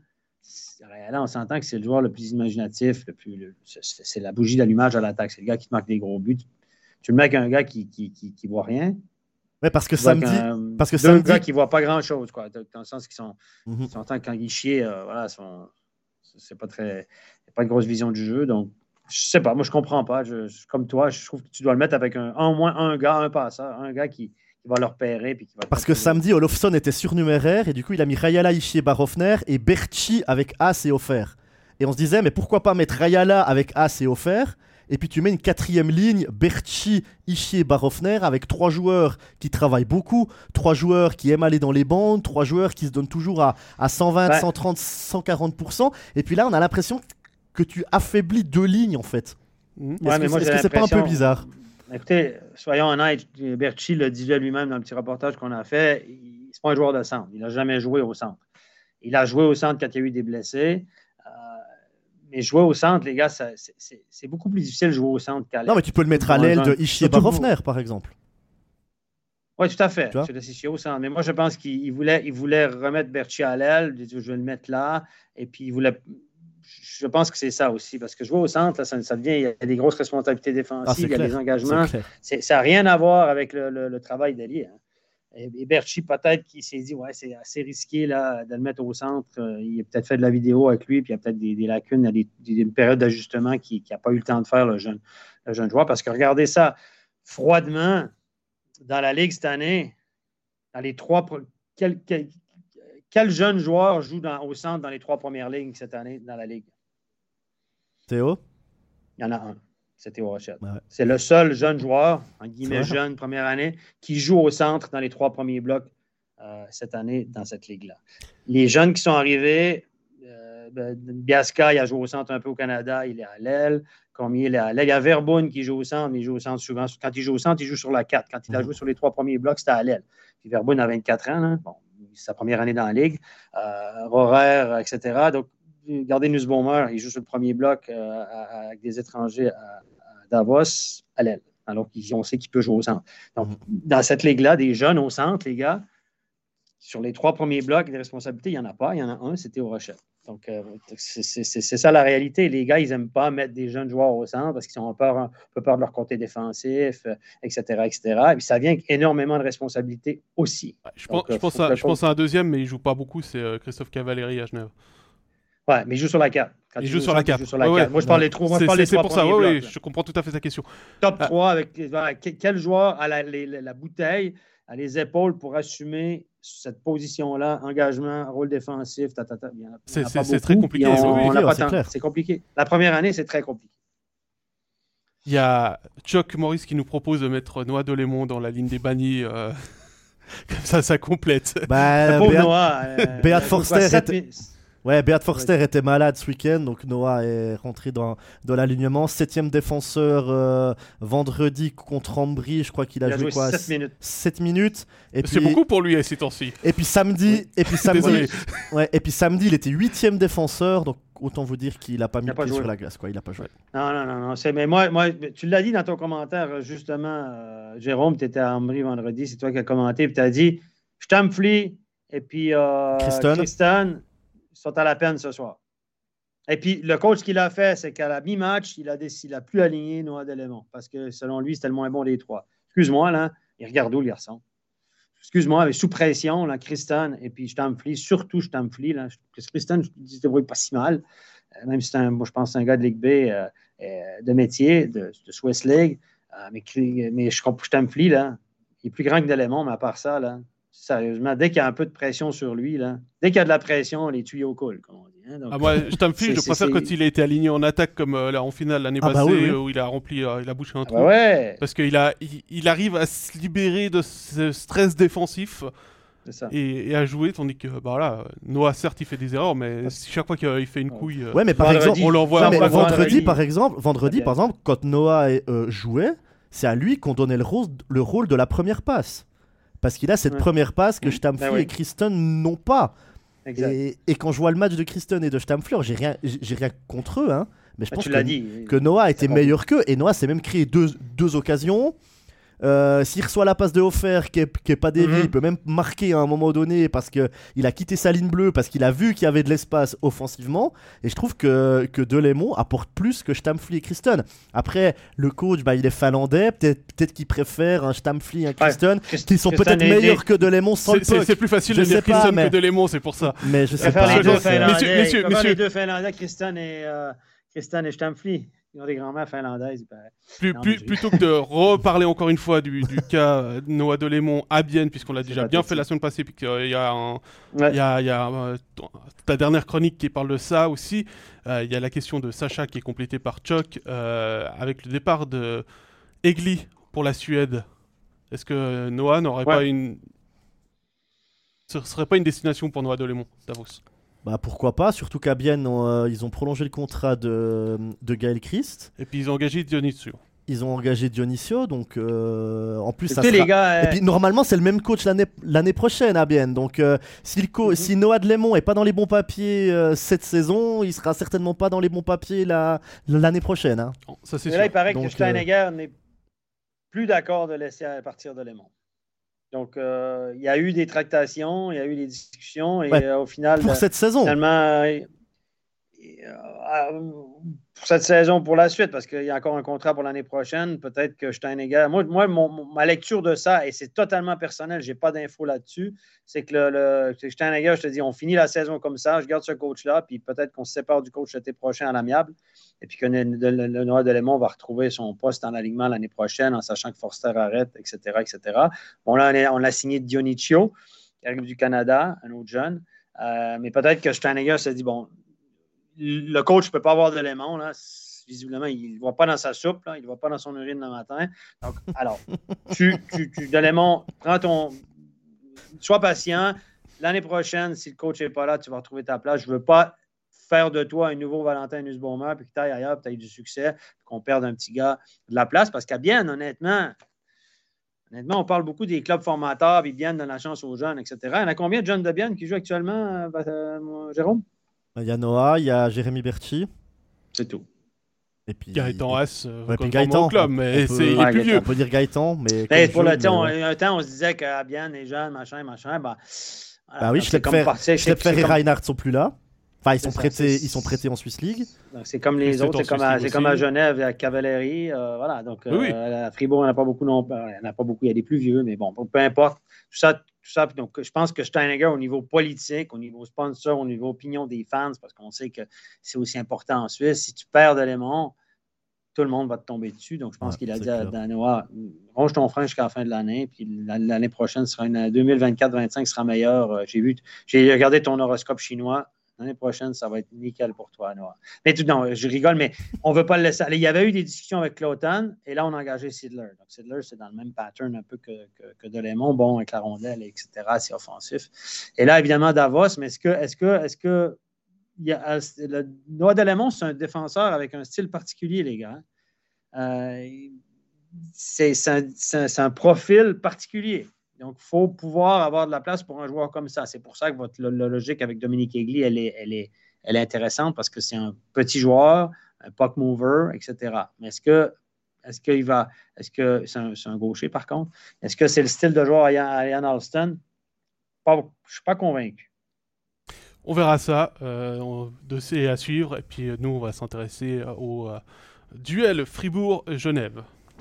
Là, on s'entend que c'est le joueur le plus imaginatif, le plus, le, c'est, c'est la bougie d'allumage à l'attaque. C'est le gars qui te marque des gros buts. Tu le mets avec un gars qui qui, qui, qui voit rien. Ouais, parce que samedi, un, parce que deux samedi... gars qui voient pas grand-chose, quoi. Dans le sens qu'ils sont, mm-hmm. ils entendent quand ils chient, euh, voilà, sont, c'est pas très, pas une grosse vision du jeu. Donc, je sais pas, moi je comprends pas. Je, comme toi, je trouve que tu dois le mettre avec un, au moins un gars, un passeur, un gars qui qui va leur repérer. Puis qui va Parce que samedi, Olofsson était surnuméraire et du coup, il a mis Rayala, Ischier, Barofner et Berchi avec As et Offert. Et on se disait, mais pourquoi pas mettre Rayala avec As et Offert et puis tu mets une quatrième ligne, Berchi, Ischier, Barofner avec trois joueurs qui travaillent beaucoup, trois joueurs qui aiment aller dans les bandes, trois joueurs qui se donnent toujours à, à cent vingt, ouais. cent trente, cent quarante pour cent. Et puis là, on a l'impression que tu affaiblis deux lignes en fait. Mmh. Est-ce ouais, que, mais moi, est-ce que c'est pas un peu bizarre ? Écoutez, soyons honnêtes, Berchi l'a dit lui-même dans le petit reportage qu'on a fait, il, c'est pas un joueur de centre. Il n'a jamais joué au centre. Il a joué au centre quand il y a eu des blessés. Euh, mais jouer au centre, les gars, ça, c'est, c'est, c'est beaucoup plus difficile de jouer au centre qu'à l'aile. Non, mais tu peux le mettre à l'aile de Ischier Barofner, par exemple. Oui, tout à fait. Tu Ischier au centre. Mais moi, je pense qu'il voulait, il voulait remettre Berchi à l'aile. Je vais le mettre là. Et puis, il voulait... Je pense que c'est ça aussi, parce que jouer au centre, là, ça, ça devient, il y a des grosses responsabilités défensives, ah, il y a clair. des engagements. C'est, ça n'a rien à voir avec le, le, le travail d'Ali. Hein. Et, et Berchi, peut-être qu'il s'est dit, ouais, c'est assez risqué là, de le mettre au centre. Euh, il a peut-être fait de la vidéo avec lui, puis il y a peut-être des, des lacunes, il y a des, des, des périodes d'ajustement qu'il n'a pas eu le temps de faire, le jeune, le jeune joueur. Parce que regardez ça, froidement, dans la Ligue cette année, dans les trois... Quel, quel, quel jeune joueur joue dans, au centre dans les trois premières lignes cette année dans la Ligue? Théo? Il y en a un. C'est Théo Rochette. Ouais. C'est le seul jeune joueur, en guillemets jeune, première année, qui joue au centre dans les trois premiers blocs euh, cette année dans cette ligue-là. Les jeunes qui sont arrivés, euh, ben, Biasca, il a joué au centre un peu au Canada, il est à l'aile. Cormier, il est à l'aile. Il y a Verboen qui joue au centre, mais il joue au centre souvent. Quand il joue au centre, il joue sur la quatre. Quand il a joué sur les trois premiers blocs, c'était à l'aile. Puis Verboen a vingt-quatre ans, hein? Bon, c'est sa première année dans la ligue. Euh, Rohrer, et cetera. Donc, regardez Nussbaumer, il joue sur le premier bloc euh, avec des étrangers à, à Davos à l'aile. Alors qu'on sait qu'il peut jouer au centre. Donc, dans cette ligue-là, des jeunes au centre, les gars, sur les trois premiers blocs des responsabilités, il n'y en a pas. Il y en a un, c'était au Rochette. Donc, euh, c'est, c'est, c'est ça la réalité. Les gars, ils n'aiment pas mettre des jeunes joueurs au centre parce qu'ils ont peur, un peu peur de leur côté défensif, et cetera, et cetera. Et puis, ça vient avec énormément de responsabilités aussi. Ouais, je, Donc, pense, je, pense à, je pense à un deuxième, mais il ne joue pas beaucoup, c'est euh, Christophe Cavalieri à Genève. Ouais, mais il joue sur la quatre. Quand il, il joue sur la quatre. Joue sur la ouais, quatre. Ouais. Moi, je parle des trois. Moi, je parle des c'est trois pour ça, ouais, ouais, je comprends tout à fait ta question. Top ah. trois, avec voilà, quel joueur a la, la, la bouteille, a les épaules pour assumer cette position-là, engagement, rôle défensif, ta, ta, ta. Il y en a, c'est, il y en a c'est, pas c'est beaucoup, très compliqué. On, oui, on oui, pas c'est, tant, c'est compliqué. La première année, c'est très compliqué. Il y a Chuck Morris qui nous propose de mettre Noah Delémont dans la ligne des bannis. Euh... Comme ça, ça complète. Bah, pauvre Beat, Noah. Euh, Beat Forster quoi, était... Ouais, Beat Forster ouais. était malade ce week-end, donc Noah est rentré dans, dans l'alignement. Septième défenseur euh, vendredi contre Ambry, je crois qu'il a, il a joué, joué quoi sept minutes. sept minutes. Et c'est puis... beaucoup pour lui ces temps-ci. Et puis samedi, oui. et puis samedi, ouais, et puis samedi, il était huitième défenseur, donc autant vous dire qu'il n'a pas mis le pied sur la glace, quoi. Il n'a pas joué. Non, non, non, non. C'est, mais moi, moi, tu l'as dit dans ton commentaire justement, euh, Jérôme, tu étais à Ambry vendredi, c'est toi qui as commenté, puis tu as dit, Stamfli et puis euh, Christon sont à la peine ce soir. Et puis, le coach ce qu'il a fait, c'est qu'à la mi-match, il a décidé, il n'a plus aligné Noah Delémont parce que, selon lui, c'était le moins bon des trois. Excuse-moi, là, il regarde où le garçon. Excuse-moi, mais sous pression, là, Christon et puis Stamfli, surtout Stamfli, là. Christon, je ne débrouille pas si mal, même si c'est un, moi, je pense que c'est un gars de Ligue B euh, de métier, de, de Swiss League, euh, mais, mais je comprends Stamfli, là, il est plus grand que Delémont, mais à part ça, là, sérieusement, dès qu'il y a un peu de pression sur lui, là, dès qu'il y a de la pression, les tuyaux coulent, comme on dit. Hein, donc, ah, moi, je t'enfile, je préfère quand il a été aligné en attaque comme euh, là, en finale l'année ah, passée, bah oui, oui. où il a rempli, euh, il a bouché un trou. Ah, bah ouais. Parce qu'il a, il, il arrive à se libérer de ce stress défensif ça. Et, et à jouer, tandis que bah, là, Noah, certes, il fait des erreurs, mais chaque fois qu'il fait une couille, ouais, mais par vendredi, exemple, on l'envoie. Mais vendredi, vendredi, par exemple, vendredi, par exemple, quand Noah euh, jouait, c'est à lui qu'on donnait le rôle, le rôle de la première passe. Parce qu'il a cette ouais. première passe que Stamfli ben oui. et Christon n'ont pas. Et, et quand je vois le match de Christon et de Stamfli, j'ai rien, j'ai rien contre eux, hein, mais je ben pense que, dit. que Noah était meilleur qu'eux. Et Noah s'est même créé deux, deux occasions. Euh, s'il reçoit la passe de Hofer qui n'est pas déviée, mm-hmm. il peut même marquer à un moment donné parce qu'il a quitté sa ligne bleue, parce qu'il a vu qu'il y avait de l'espace offensivement. Et je trouve que, que Delémont apporte plus que Stamfli et Christon. Après, le coach, bah, il est finlandais, peut-être, peut-être qu'il préfère un Stamfli et un Christon, ouais, qui sont Christon peut-être meilleurs que Delémont sans c'est, le puck. C'est plus facile je de dire Christon mais... que Delémont, c'est pour ça. Mais je sais pas. Les deux Finlandais, messieurs, messieurs, messieurs. Les deux Finlandais, Christon et, euh, Christon et Stamfli. Ils ont des grands-mères finlandaises. Plus, non, plus, plutôt que de reparler encore une fois du, du cas Noah Delémont à Bienne, puisqu'on l'a c'est déjà bien fait la semaine passée, puis qu'il y a, un, ouais. il y a, il y a euh, ta dernière chronique qui parle de ça aussi. Euh, il y a la question de Sacha qui est complétée par Chuck euh, avec le départ de Egli pour la Suède. Est-ce que Noah n'aurait ouais. pas une... Ce ne serait pas une destination pour Noah Delémont, Davos? Bah pourquoi pas, surtout qu'à Bienne, euh, ils ont prolongé le contrat de, de Gaël Christ. Et puis ils ont engagé Dionisio. Ils ont engagé Dionisio, donc euh, en plus ça sera... les gars, euh... Et puis normalement c'est le même coach l'année, l'année prochaine à Bienne, donc euh, si, le co- mm-hmm. si Noah Delémont est pas dans les bons papiers euh, cette saison, il sera certainement pas dans les bons papiers la, l'année prochaine. Hein. Oh, ça c'est Et sûr. là il paraît donc, que Steinegger euh... n'est plus d'accord de laisser partir Delémont. Donc, euh, il y a eu des tractations, il y a eu des discussions, et ouais, euh, au final... Pour euh, cette saison finalement, euh, euh, pour cette saison, pour la suite, parce qu'il y a encore un contrat pour l'année prochaine, peut-être que Steinegger... Moi, moi mon, ma lecture de ça, et c'est totalement personnel, je n'ai pas d'infos là-dessus, c'est que le, le c'est Steinegger, je te dis, on finit la saison comme ça, je garde ce coach-là, puis peut-être qu'on se sépare du coach l'été prochain à l'amiable, et puis que le, le, le Noah Delémont va retrouver son poste en alignement l'année prochaine, en sachant que Forster arrête, et cetera, et cetera. Bon, là, on, est, on a signé Dionisio, qui arrive du Canada, un autre jeune. Euh, mais peut-être que Steineger s'est dit, bon, le coach ne peut pas avoir d'éléments, là. Visiblement, il ne va pas dans sa soupe, là. Il ne va pas dans son urine le matin. Donc, alors, tu, tu, tu d'éléments, prends ton... Sois patient. L'année prochaine, si le coach n'est pas là, tu vas retrouver ta place. Je ne veux pas faire de toi un nouveau Valentin Nussbaumer, puis que tu ailles ailleurs, puis tu aies du succès, puis qu'on perde un petit gars de la place. Parce qu'à Bienne, honnêtement, honnêtement, on parle beaucoup des clubs formateurs, puis Bienne donne la chance aux jeunes, et cetera. Il y en a combien de jeunes de Bienne qui jouent actuellement, euh, Jérôme? Il y a Noah, il y a Jérémy Berchi. C'est tout. Et puis Gaëtan Haas, euh, ouais, comme Gaëtan, au club, mais peut, c'est, il est ouais, plus vieux. On peut dire Gaëtan, mais. Ben, pour jeu, le temps, mais... un temps, on se disait qu'à Bienne, les jeunes, machin, machin, ben. Bah oui, Schlepfer et Reinhardt sont plus là. Enfin, ils sont, prêtés, ils sont prêtés en Swiss League. Donc, c'est comme les autres, c'est comme, à, c'est comme à Genève, à Cavalerie. Euh, voilà, donc oui, oui. Euh, à Fribourg, il n'y en a pas beaucoup non il n'y en a pas beaucoup, il y a des plus vieux, mais bon, peu importe. Tout ça, tout ça. Donc, je pense que Steineger, au niveau politique, au niveau sponsor, au niveau opinion des fans, parce qu'on sait que c'est aussi important en Suisse, si tu perds d'éléments, tout le monde va te tomber dessus. Donc, je pense ouais, qu'il a dit à Danois, ronge ton frein jusqu'à la fin de l'année, puis l'année prochaine sera une deux mille vingt-quatre vingt-cinq sera meilleure. J'ai vu, j'ai regardé ton horoscope chinois. L'année prochaine, ça va être nickel pour toi, Noah. Mais tout, non, je rigole, mais on ne veut pas le laisser aller. Il y avait eu des discussions avec Clotan, et là, on a engagé Sidler. Donc, Sidler, c'est dans le même pattern un peu que, que, que Delémont, bon, avec la rondelle, et cetera, c'est offensif. Et là, évidemment, Davos, mais est-ce que, est-ce que, est-ce que, il y a, le, Noah Delémont, c'est un défenseur avec un style particulier, les gars. Euh, c'est, c'est, un, c'est, un, c'est un profil particulier. Donc, il faut pouvoir avoir de la place pour un joueur comme ça. C'est pour ça que votre la logique avec Dominique Egli, elle est, elle, est, elle est intéressante parce que c'est un petit joueur, un puck mover, et cetera. Mais est-ce que est-ce qu'il va. Est-ce que c'est un, c'est un gaucher, par contre? Est-ce que c'est le style de joueur à Ian Alston? Pas, je ne suis pas convaincu. On verra ça. Euh, dossier à suivre. Et puis, nous, on va s'intéresser au euh, duel Fribourg-Genève.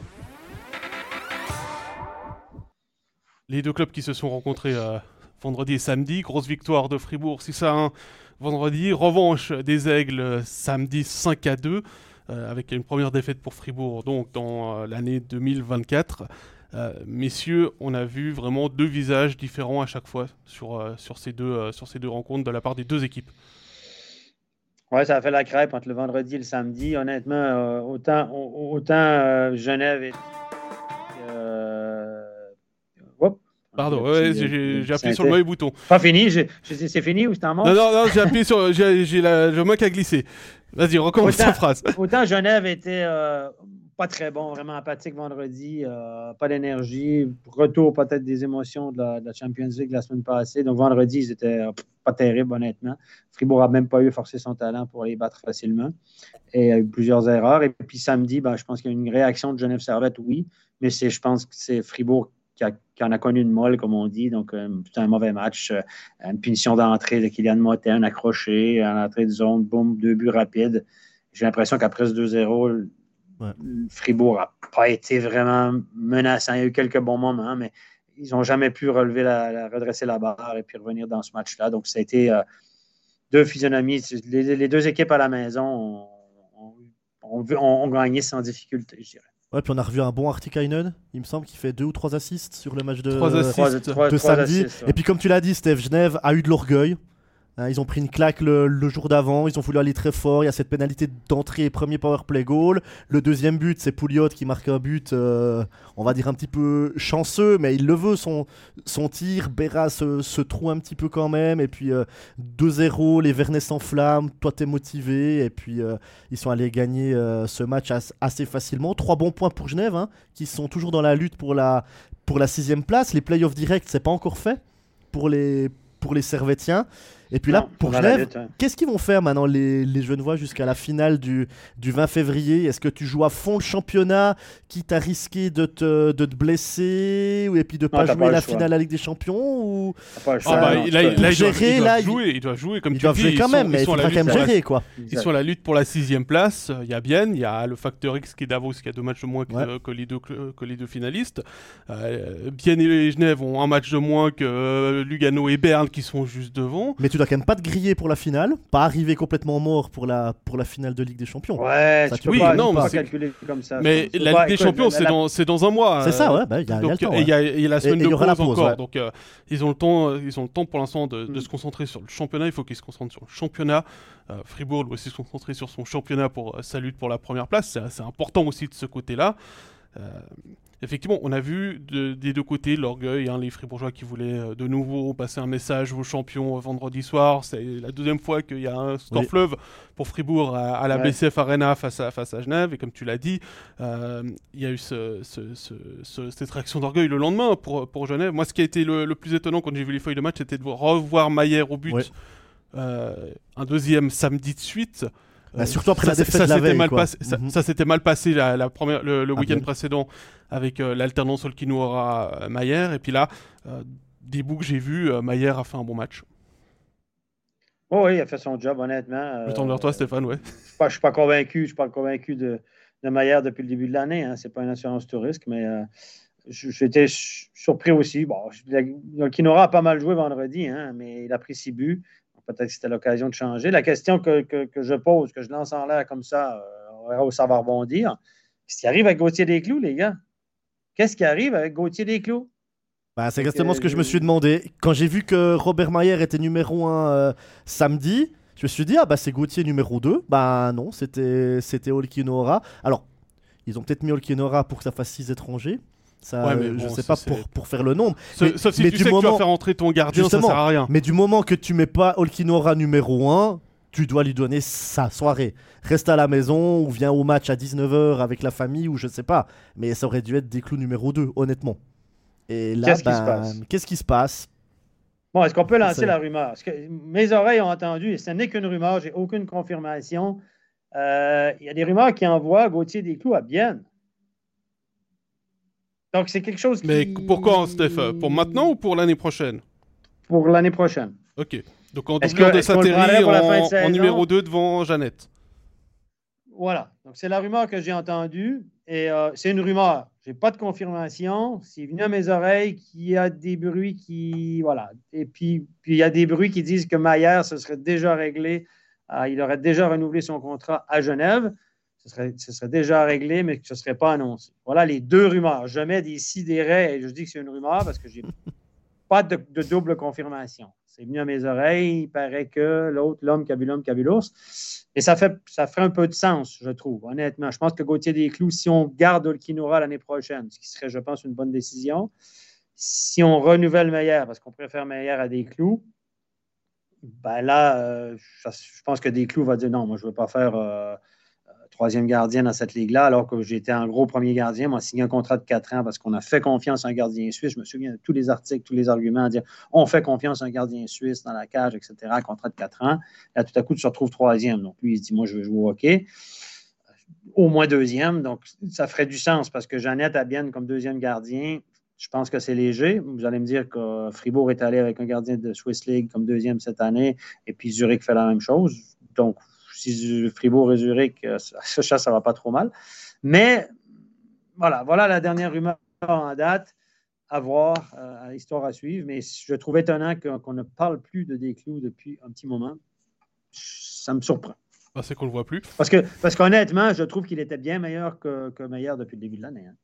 Les deux clubs qui se sont rencontrés euh, vendredi et samedi. Grosse victoire de Fribourg six à un vendredi. Revanche des Aigles euh, samedi cinq à deux. Euh, avec une première défaite pour Fribourg donc dans euh, l'année deux mille vingt-quatre. Euh, messieurs, on a vu vraiment deux visages différents à chaque fois sur, euh, sur, ces, deux, euh, sur ces deux rencontres de la part des deux équipes. Oui, ça a fait la crêpe entre le vendredi et le samedi. Honnêtement, euh, autant, autant euh, Genève et... Pardon, ouais, j'ai, j'ai, j'ai appuyé sur le mauvais bouton. Pas fini, j'ai, j'ai, c'est fini ou c'est en mode? Non, non, non, j'ai appuyé sur. J'ai, j'ai la, le manque à glisser. Vas-y, recommence ta phrase. Autant Genève était euh, pas très bon, vraiment apathique vendredi, euh, pas d'énergie, retour peut-être des émotions de la, de la Champions League la semaine passée. Donc vendredi, ils étaient euh, pas terribles, honnêtement. Fribourg n'a même pas eu forcé son talent pour les battre facilement. Et il y a eu plusieurs erreurs. Et puis samedi, ben, je pense qu'il y a eu une réaction de Genève Servette, oui, mais c'est, je pense que c'est Fribourg qui, a, qui en a connu une molle, comme on dit. Donc, euh, c'est un mauvais match. Euh, une punition d'entrée de Kylian Motin, un accroché, en entrée de zone, boum, deux buts rapides. J'ai l'impression qu'après ce deux zéro, ouais. Fribourg n'a pas été vraiment menaçant. Il y a eu quelques bons moments, mais ils n'ont jamais pu relever la, la, redresser la barre et puis revenir dans ce match-là. Donc, ça a été euh, deux physionomies. Les, les deux équipes à la maison ont, ont, ont, ont, ont gagné sans difficulté, je dirais. Ouais, puis on a revu un bon Artikainen, il me semble, qui fait deux ou trois assists sur le match de, trois assists. de, de samedi. Assists, ouais. Et puis comme tu l'as dit, Steve, Genève a eu de l'orgueil. Hein, ils ont pris une claque le, le jour d'avant, ils ont voulu aller très fort. Il y a cette pénalité d'entrée, premier powerplay goal. Le deuxième but, c'est Pouliot qui marque un but, euh, on va dire un petit peu chanceux, mais il le veut, son, son tir. Berra se, se trouve un petit peu quand même. Et puis euh, deux zéro, les Vernets s'enflamment, toi t'es motivé. Et puis euh, ils sont allés gagner euh, ce match as, assez facilement. Trois bons points pour Genève, hein, qui sont toujours dans la lutte pour la, pour la sixième place. Les playoffs directs, c'est pas encore fait pour les, pour les Servétiens. Et puis là, non, pour Genève, lutte, hein. Qu'est-ce qu'ils vont faire maintenant les, les Genevois jusqu'à la finale du, du vingt février? Est-ce que tu joues à fond le championnat, quitte à risquer de te, de te blesser et puis de ne pas jouer pas la finale à la Ligue des Champions ou... Pas ah bah, là, là, là, gérer, ils doivent, ils doivent jouer, ils doivent jouer comme ils tu doivent dis. Jouer quand ils même, sont, mais il faudra quand même gérer. Quoi. Ils sont à la lutte pour la sixième place. Il y a Bienne, il y a le Facteur X qui est Davos qui a deux matchs de moins que, ouais. que, les, deux, que les deux finalistes. Euh, Bienne et Genève ont un match de moins que euh, Lugano et Berne qui sont juste devant. Mais tu dois quand même pas te griller pour la finale, pas arriver complètement mort pour la, pour la finale de Ligue des Champions. Ouais, ça, tu peux oui, pas, non, tu peux mais pas c'est... calculer comme ça. Mais la la Ligue des Champions, c'est, la... Dans, c'est dans un mois. C'est euh, ça, ouais, bah, il y a, donc, y a le temps. Et il ouais. y, y a la semaine et, de et pause, la pause encore. ouais. Donc, euh, ils ont le temps, ils ont le temps pour l'instant de, Mm. de se concentrer sur le championnat. Il faut qu'ils se concentrent sur le championnat. Euh, Fribourg doit aussi se concentrer sur son championnat pour euh, sa lutte pour la première place. C'est, c'est important aussi de ce côté-là. Euh, effectivement, on a vu de, des deux côtés l'orgueil, hein, les Fribourgeois qui voulaient euh, de nouveau passer un message aux champions euh, vendredi soir. C'est la deuxième fois qu'il y a un score Oui. fleuve pour Fribourg à, à la Ouais. B C F Arena face à, face à Genève. Et comme tu l'as dit, euh, il y a eu ce, ce, ce, ce, cette réaction d'orgueil le lendemain pour, pour Genève. Moi, ce qui a été le, le plus étonnant quand j'ai vu les feuilles de match, c'était de revoir Mayer au but. Ouais. Euh, un deuxième samedi de suite. Bah, surtout après ça, la défaite ça, de la s'était veille, mal quoi. passé, ça, Mhm. ça s'était mal passé la, la première, le, le Ah, week-end bien. précédent avec euh, l'alternance Olkinouara Mayer. Et puis là, euh, des bouts que j'ai vus, euh, Mayer a fait un bon match. Oh, oui, il a fait son job, honnêtement. Je me tourne vers toi, Stéphane. Ouais. Je ne suis pas, je suis pas convaincu, je suis pas convaincu de, de Maillard depuis le début de l'année. Hein. Ce n'est pas une assurance tout risque, mais euh, j'étais surpris aussi. Bon, Olkinouara a pas mal joué vendredi, hein, mais il a pris six buts. Peut-être que c'était l'occasion de changer. La question que, que, que je pose, que je lance en l'air comme ça, euh, on verra où ça va rebondir. Qu'est-ce qui arrive avec Gauthier Desclous, les gars? Qu'est-ce qui arrive avec Gauthier Desclous? Bah, c'est exactement ce que je me suis demandé. Quand j'ai vu que Robert Mayer était numéro un euh, samedi, je me suis dit, ah bah c'est Gauthier numéro deux. Bah non, c'était, c'était Olkinouara. Alors, ils ont peut-être mis Olkinouara pour que ça fasse six étrangers. Ça, Ouais, mais euh, bon, je sais ça, pas c'est- pour, pour faire le nombre. Sauf, Mais- sauf si mais tu du sais que tu moment- vas faire entrer ton gardien, Justement. ça sert à rien. Mais du moment que tu mets pas Olkinouara numéro un, tu dois lui donner sa soirée. Reste à la maison ou viens au match à dix-neuf heures avec la famille ou je sais pas. Mais ça aurait dû être Desclous numéro deux, honnêtement. Et là, Qu'est-ce qui ben, se passe? qu'est-ce qui se passe? Bon, est-ce qu'on peut lancer C'est- la rumeur? Parce que mes oreilles ont entendu, et ce n'est qu'une rumeur, j'ai aucune confirmation. Euh, Il y a des rumeurs qui envoient Gauthier Desclous à Bienne. Donc, c'est quelque chose qui... Mais pour quand, Steph? Pour maintenant ou pour l'année prochaine? Pour l'année prochaine. Ok. Donc en Est-ce doublure que- de est-ce qu'on le Saint-Thierry prendrait pour la fin de en, en saison? numéro deux devant Jeannette. Voilà. Donc, c'est la rumeur que j'ai entendue. Et euh, c'est une rumeur. Je n'ai pas de confirmation. C'est venu à mes oreilles qu'il y a des bruits qui. Voilà. Et puis, puis il y a des bruits qui disent que Mayer, ce serait déjà réglé. Euh, il aurait déjà renouvelé son contrat à Genève. Ce serait, ce serait déjà réglé, mais que ce ne serait pas annoncé. Voilà les deux rumeurs. Je mets des si, des raies, et je dis que c'est une rumeur parce que je n'ai pas de, de double confirmation. C'est venu à mes oreilles. Il paraît que l'autre, l'homme qui a vu l'homme qui a vu l'ours. Et ça fait, ça fait un peu de sens, je trouve, honnêtement. Je pense que Gauthier Desclous, si on garde Olkinouara l'année prochaine, ce qui serait, je pense, une bonne décision, si on renouvelle Meyer, parce qu'on préfère Meyer à Desclous, ben là, euh, je, je pense que Desclous va dire non, moi, je ne veux pas faire euh, euh, troisième gardien dans cette ligue-là, alors que j'étais un gros premier gardien. Moi, signé un contrat de quatre ans parce qu'on a fait confiance à un gardien suisse. Je me souviens de tous les articles, tous les arguments à dire on fait confiance à un gardien suisse dans la cage, et cetera, un contrat de quatre ans. Là, tout à coup, tu te retrouves troisième. Donc, lui, il se dit moi, je veux jouer au hockey. Au moins deuxième. Donc, ça ferait du sens parce que Jeannette à Bienne comme deuxième gardien, je pense que c'est léger. Vous allez me dire que Fribourg est allé avec un gardien de Swiss League comme deuxième cette année et puis Zurich fait la même chose. Donc, si Fribourg et Zurich, ça, ça va pas trop mal. Mais voilà, voilà la dernière rumeur en date. À voir, euh, histoire à suivre. Mais je trouve étonnant que, qu'on ne parle plus de Desclous depuis un petit moment. Ça me surprend. Ah, c'est qu'on le voit plus. Parce, que, parce qu'honnêtement, je trouve qu'il était bien meilleur que, que Meyer depuis le début de l'année. Hein.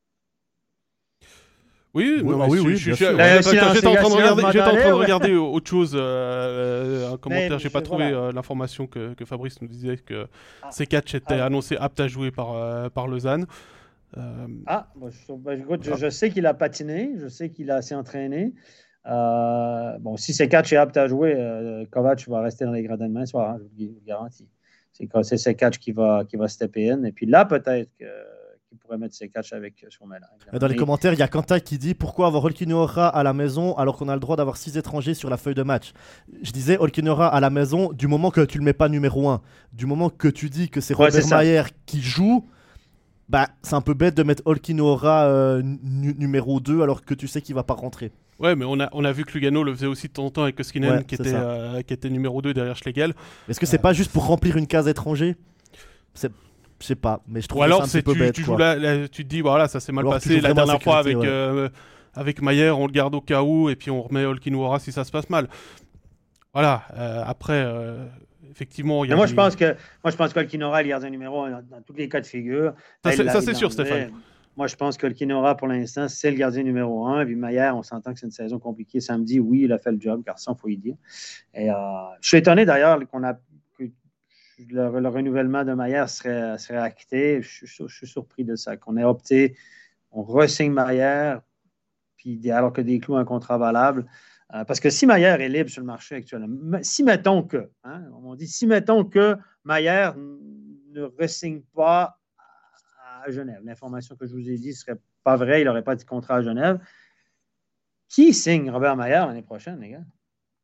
Oui, Oui, non, bah mais oui, je- oui, je- bien je- sûr. ouais, Euh, parce que silence, J'étais en train de silence, regarder, j'étais en train de m'entendez, ouais. regarder autre chose, euh, un commentaire. Mais J'ai pas je- trouvé voilà. euh, l'information que, que Fabrice nous disait que Ah. ces catchs étaient Ah. annoncés aptes à jouer par, euh, par Lausanne. Euh, Ah, bon, je, ben, écoute, je, je sais qu'il a patiné, je sais qu'il a assez entraîné. Euh, bon, si c'est catch est apte à jouer, euh, Kovac va rester dans les gradins demain soir, hein, je vous le garantis. C'est, c'est ce catch qui va, qui va stepper in. Et puis là, peut-être que, qu'il pourrait mettre ses catchs avec son mélange. Dans les commentaires, il y a Quentin qui dit pourquoi avoir Olkinouara à la maison alors qu'on a le droit d'avoir six étrangers sur la feuille de match. Je disais Olkinouara à la maison du moment que tu le mets pas numéro un. Du moment que tu dis que c'est Ouais, Robert c'est ça. Mayer qui joue, bah, c'est un peu bête de mettre Olkinouara euh, nu- numéro deux alors que tu sais qu'il va pas rentrer. ouais, mais on a, on a vu que Lugano le faisait aussi de temps en temps avec Koskinen, Ouais, qui, c'est était, ça. euh, qui était numéro deux derrière Schlegel. Est-ce que c'est pas juste pour remplir une case étranger? C'est... Je sais pas, mais je trouve Ou que alors, c'est un c'est, petit peu tu, bête. tu, quoi. joues là, là, tu te dis, voilà, ça s'est mal Alors, tu passé joues la vraiment dernière fois avec, sécurité, ouais. euh, avec Mayer, on le garde au cas où, et puis on remet Olkinouara si ça se passe mal. Voilà, euh, après, euh, effectivement, il y a Mais moi, des... je pense que moi, je pense que Olkinora est le gardien numéro un dans, dans tous les cas de figure. Ça, Là, il c'est, l'a- ça, il c'est l'a sûr, enlevé. Stéphane. Moi, je pense que Olkinora, pour l'instant, c'est le gardien numéro un. Puis Maillard, on s'entend que c'est une saison compliquée. Samedi, oui, il a fait le job, garçon, il faut y dire. Et, euh, je suis étonné d'ailleurs qu'on a, que le, le renouvellement de Maillard serait, serait acté. Je, je, je suis surpris de ça, qu'on ait opté, on re-signe Maillard, puis alors que des clous un contrat valable. Euh, parce que si Maillard est libre sur le marché actuellement, si mettons que, hein, on dit, si mettons que Maillard ne re-signe pas à Genève, l'information que je vous ai dit ne serait pas vraie, il n'aurait pas de contrat à Genève. Qui signe Robert Maillard l'année prochaine, les gars?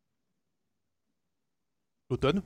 L'automne.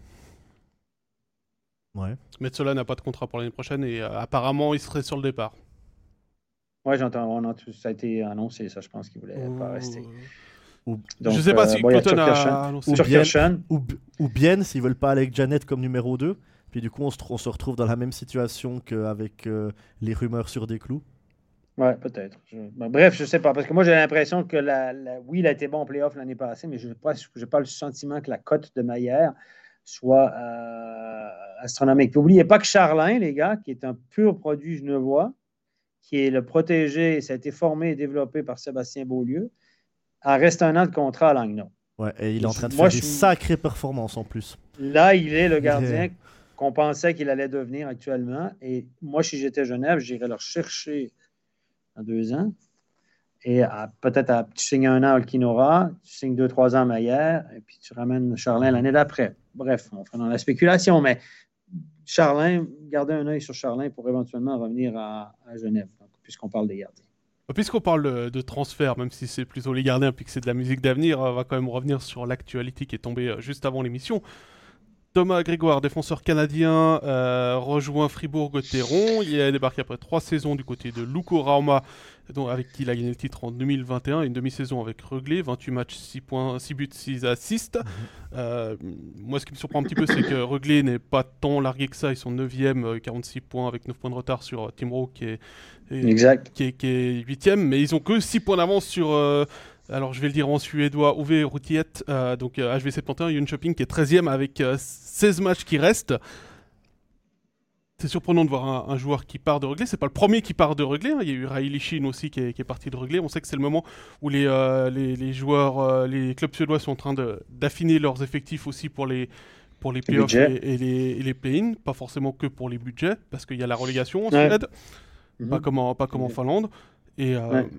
Ouais. Metsola n'a pas de contrat pour l'année prochaine et euh, apparemment, il serait sur le départ. Oui, j'entends. On a, ça a été annoncé, ça, je pense qu'il ne voulait Ouh. pas rester. Ou, Donc, Je sais pas euh, si bon, il y a Cloton a Turkirchen. annoncé. ou bien, Turkirchen. ou, ou bien s'ils veulent pas aller avec Janet comme numéro deux, puis du coup on se, on se retrouve dans la même situation qu'avec euh, les rumeurs sur des clous. Ouais, peut-être. Je... ben, bref, je ne sais pas. Parce que moi, j'ai l'impression que, la, la... oui, il a été bon en playoff l'année passée, mais je n'ai pas, j'ai pas le sentiment que la cote de Maillard soit euh, astronomique. N'oubliez pas que Charlin, les gars, qui est un pur produit genevois, qui est le protégé, ça a été formé et développé par Sébastien Beaulieu, en reste un an de contrat à Langnau. Ouais, et il est en train de Moi, faire je... des sacrées performances en plus. Là, il est le Il gardien est... qu'on pensait qu'il allait devenir actuellement. Et moi, si j'étais Genève, j'irais le chercher dans deux ans. Et à, peut-être à, tu signes un an à Olkinora, tu signes deux, trois ans à Maillard, et puis tu ramènes Charlin l'année d'après. Bref, on fait dans la spéculation, mais Charlin, garder un œil sur Charlin pour éventuellement revenir à, à Genève, donc, puisqu'on parle des gardiens. Puisqu'on parle de, de transfert, même si c'est plutôt les gardiens puis que c'est de la musique d'avenir, on va quand même revenir sur l'actualité qui est tombée juste avant l'émission. Thomas Grégoire, défenseur canadien, euh, rejoint Fribourg-Gotteron. Il a débarqué après trois saisons du côté de Lukko Rauma, dont, avec qui il a gagné le titre en deux mille vingt et un, une demi-saison avec Rögle, vingt-huit matchs, six points, six buts, six assists. Mm-hmm. Euh, moi, ce qui me surprend un petit peu, c'est que Rögle n'est pas tant largué que ça. Ils sont neuvième, quarante-six points, avec neuf points de retard sur Timrå, qui est, exact. qui est, qui est huitième, mais ils ont que six points d'avance sur... Euh, alors je vais le dire en suédois, Ove Routiet, euh, donc euh, H V soixante et un, Jönköping qui est treizième avec euh, seize matchs qui restent. C'est surprenant de voir un, un joueur qui part de Rögle. C'est pas le premier qui part de Rögle. Hein. Il y a eu Riley Sheen aussi qui est, qui est parti de Rögle. On sait que c'est le moment où les, euh, les, les joueurs, euh, les clubs suédois sont en train de, d'affiner leurs effectifs aussi pour les, pour les playoffs et, et les, et les play-in. Pas forcément que pour les budgets, parce qu'il y a la relégation en ouais. Suède, mm-hmm. pas, comme en, pas comme en Finlande. Et... Euh, ouais.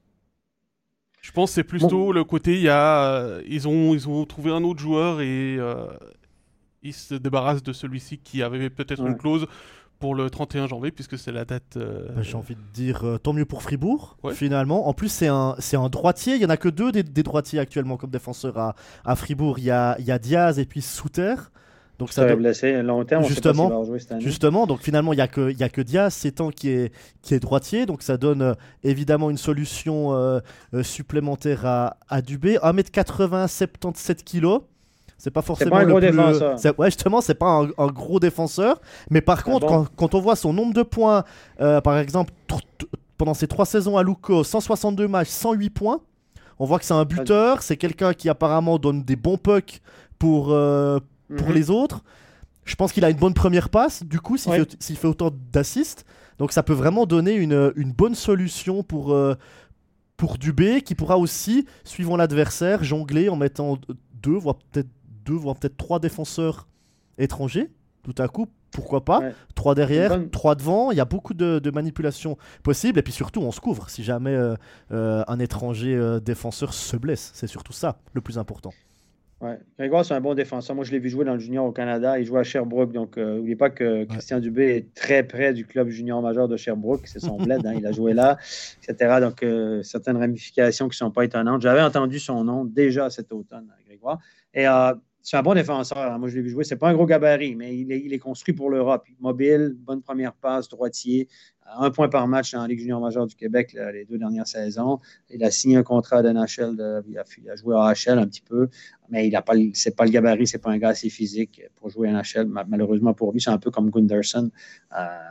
Je pense que c'est plutôt bon. le côté, il y a, euh, ils, ont, ils ont trouvé un autre joueur et euh, ils se débarrassent de celui-ci qui avait peut-être ouais. une clause pour le trente et un janvier, puisque c'est la date... Euh... Bah, j'ai envie de dire, euh, tant mieux pour Fribourg, ouais. finalement. En plus, c'est un, c'est un droitier, il n'y en a que deux des, des droitiers actuellement comme défenseurs à, à Fribourg. Il y a, il y a Diaz et puis Souter. Donc ça est blessé longtemps, on justement, sait pas s'il va rejouer cette année. Justement, donc finalement, il n'y a, a que Diaz, c'est tant qui est, qui est droitier, donc ça donne euh, évidemment une solution euh, euh, supplémentaire à, à Dubé. un mètre quatre-vingts, soixante-dix-sept kilos. C'est pas forcément c'est pas un le gros plus... défenseur. C'est... Ouais, justement, c'est pas un, un gros défenseur. Mais par contre, bon. quand, quand on voit son nombre de points, euh, par exemple, t- t- pendant ses trois saisons à Lukko, cent soixante-deux matchs, cent huit points. On voit que c'est un buteur, c'est quelqu'un qui apparemment donne des bons pucks pour, euh, pour mm-hmm. les autres. Je pense qu'il a une bonne première passe, du coup, s'il, ouais. fait, s'il fait autant d'assists. Donc ça peut vraiment donner une, une bonne solution pour, euh, pour Dubé, qui pourra aussi, suivant l'adversaire, jongler en mettant deux, voire peut-être deux, voire peut-être trois défenseurs étrangers. Tout à coup, pourquoi pas. Ouais. Trois derrière, bonne... trois devant. Il y a beaucoup de, de manipulations possibles. Et puis surtout, on se couvre si jamais euh, euh, un étranger euh, défenseur se blesse. C'est surtout ça, le plus important. Ouais. Grégoire, c'est un bon défenseur. Moi, je l'ai vu jouer dans le junior au Canada. Il joue à Sherbrooke. Donc, n'oubliez euh, pas que Christian ouais. Dubé est très près du club junior majeur de Sherbrooke. C'est son bled. Hein. Il a joué là, et cetera. Donc, euh, certaines ramifications qui ne sont pas étonnantes. J'avais entendu son nom déjà cet automne, Grégoire. Et euh, c'est un bon défenseur. Alors, moi, je l'ai vu jouer. Ce n'est pas un gros gabarit, mais il est, il est construit pour l'Europe. Mobile, bonne première passe, droitier. Un point par match dans la Ligue junior majeure du Québec là, les deux dernières saisons. Il a signé un contrat de N H L. De, il, a, il a joué à H L un petit peu, mais il a pas, c'est pas le gabarit, c'est pas un gars assez physique pour jouer à N H L. Malheureusement pour lui, c'est un peu comme Gunderson. Euh,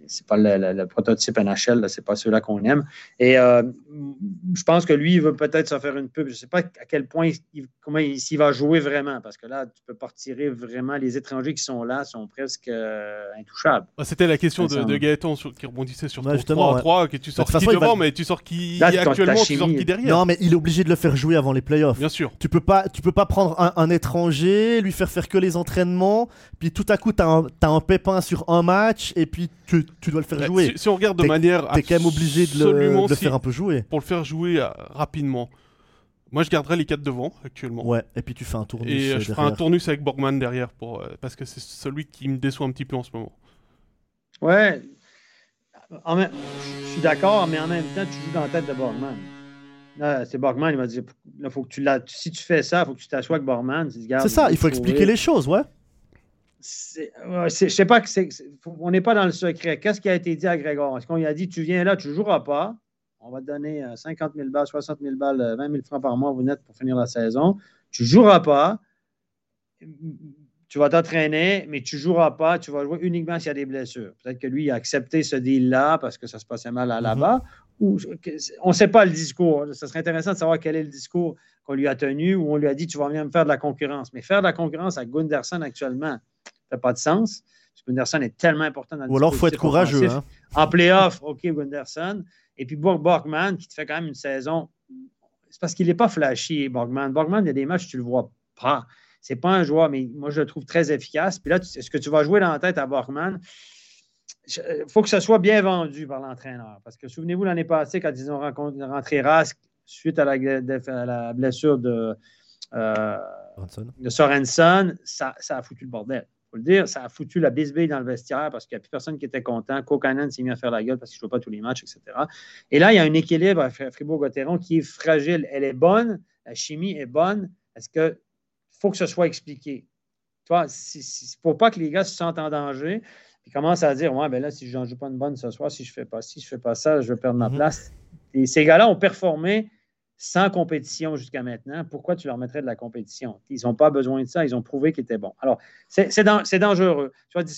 c'est pas le, le, le prototype N H L, là, c'est pas ceux-là qu'on aime. Et euh, je pense que lui, il veut peut-être se faire une pub. Je sais pas à quel point, il, comment il, s'il va jouer vraiment, parce que là, tu peux pas retirer vraiment. Les étrangers qui sont là sont presque euh, intouchables. C'était la question de, de Gaëtan sur, qui rebondissait sur ouais, ton trois à trois, ouais. que tu sors de qui façon, devant, va... mais tu sors qui là, actuellement, tu sors qui derrière. Non, mais il est obligé de le faire jouer avant les playoffs. Bien sûr. Tu peux pas, tu peux pas prendre un, un étranger, lui faire faire que les entraînements, puis tout à coup, t'as un, t'as un pépin sur un match, et puis tu, tu dois le faire bah, jouer. Si, si on regarde de t'es, manière t'es quand même obligé de le, de le faire un peu jouer. Pour le faire jouer euh, rapidement. Moi, je garderais les quatre devant actuellement. Ouais, et puis tu fais un tournus. Et euh, je ferai un tournus avec Borgman derrière pour, euh, parce que c'est celui qui me déçoit un petit peu en ce moment. Ouais, en même... je suis d'accord, mais en même temps, tu joues dans la tête de Borgman. Là, c'est Borgman, il va dire là, faut que tu la... si tu fais ça, il faut que tu t'assoies avec Borgman. Si c'est ça, il faut expliquer les choses, ouais. C'est... Ouais, c'est... Je sais pas, que c'est... on n'est pas dans le secret. Qu'est-ce qui a été dit à Grégoire? Est-ce qu'on lui a dit tu viens là, tu ne joueras pas? On va te donner cinquante mille balles, soixante mille balles, vingt mille francs par mois vous net pour finir la saison. Tu ne joueras pas. Tu vas t'entraîner, mais tu ne joueras pas. Tu vas jouer uniquement s'il y a des blessures. Peut-être que lui, il a accepté ce deal-là parce que ça se passait mal à là-bas. Mm-hmm. Ou, on ne sait pas le discours. Ça serait intéressant de savoir quel est le discours qu'on lui a tenu où on lui a dit tu vas venir me faire de la concurrence. Mais faire de la concurrence à Gunderson actuellement, ça n'a pas de sens. Parce que Gunderson est tellement important dans le Ou alors, il faut être courageux. Hein. En playoff, OK, Gunderson. Et puis Borgman, qui te fait quand même une saison. C'est parce qu'il n'est pas flashy, Borgman. Borgman, il y a des matchs, tu ne le vois pas. Ce n'est pas un joueur, mais moi, je le trouve très efficace. Puis là, est-ce que tu vas jouer dans la tête à Borgman? Il faut que ça soit bien vendu par l'entraîneur. Parce que souvenez-vous, l'année passée, quand ils ont rentré Rask suite à la, à la blessure de, euh, de Sorensen, ça, ça a foutu le bordel. Il faut le dire, ça a foutu la bisbille dans le vestiaire parce qu'il n'y a plus personne qui était content. Kokanen s'est mis à faire la gueule parce qu'il ne joue pas tous les matchs, et cetera. Et là, il y a un équilibre à Fribourg-Gotteron qui est fragile. Elle est bonne, la chimie est bonne. Est-ce que faut que ce soit expliqué? Il ne faut pas que les gars se sentent en danger et commencent à dire ouais, ben là, si je n'en joue pas une bonne ce soir, si je ne fais pas ci, je ne fais pas ça, je vais perdre ma place. Et ces gars-là ont performé sans compétition jusqu'à maintenant. Pourquoi tu leur mettrais de la compétition? Ils n'ont pas besoin de ça. Ils ont prouvé qu'ils étaient bons. Alors, c'est, c'est, c'est dangereux.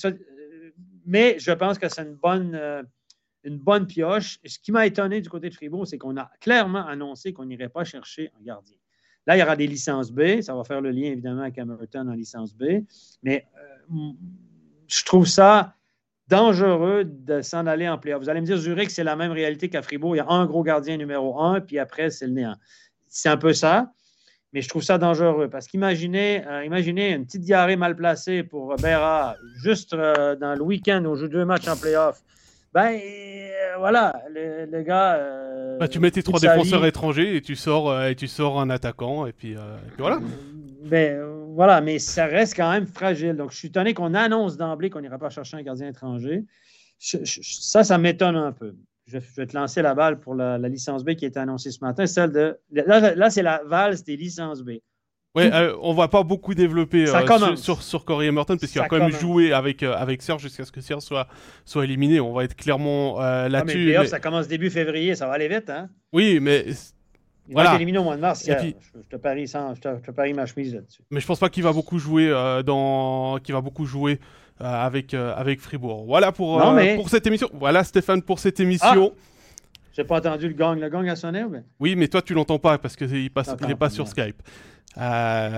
Mais je pense que c'est une bonne, euh, une bonne pioche. Et ce qui m'a étonné du côté de Fribourg, c'est qu'on a clairement annoncé qu'on n'irait pas chercher un gardien. Là, il y aura des licences B. Ça va faire le lien, évidemment, avec Hamilton en licence B. Mais euh, je trouve ça dangereux de s'en aller en play-off. Vous allez me dire, Zurich, c'est la même réalité qu'à Fribourg. Il y a un gros gardien numéro un, puis après, c'est le néant. C'est un peu ça, mais je trouve ça dangereux. Parce qu'imaginez euh, imaginez une petite diarrhée mal placée pour Berra, juste euh, dans le week-end où on joue deux matchs en play-off. Ben, euh, voilà, le, le gars... Euh, bah, tu mets tes trois défenseurs vie. étrangers et tu sors, euh, et tu sors un attaquant, et puis, euh, et puis voilà. Ben, euh, voilà, mais ça reste quand même fragile. Donc, je suis étonné qu'on annonce d'emblée qu'on n'ira pas chercher un gardien étranger. Je, je, ça, ça m'étonne un peu. Je, je vais te lancer la balle pour la, la licence B qui a été annoncée ce matin. Celle de, là, là c'est la valse des licences B. Oui, euh, on va pas beaucoup développer euh, sur, sur, sur Corey Emerton parce qu'il va quand même jouer avec, euh, avec Serge jusqu'à ce que Serge soit, soit éliminé. On va être clairement euh, là-dessus. Ah, mais mais... ça commence début février, ça va aller vite, hein? Oui, mais... Il voilà. va être éliminé au mois de mars. Puis... Je, je, te parie sans, je, te, je te parie ma chemise là-dessus. Mais je pense pas qu'il va beaucoup jouer euh, dans, qu'il va beaucoup jouer euh, avec euh, avec Fribourg. Voilà pour non, euh, mais... pour cette émission. Voilà Stéphane pour cette émission. Ah, j'ai pas entendu le gong. Le gong a sonné ou bien? Oui, mais toi tu l'entends pas parce que il passe, il est pas sur Skype. Euh...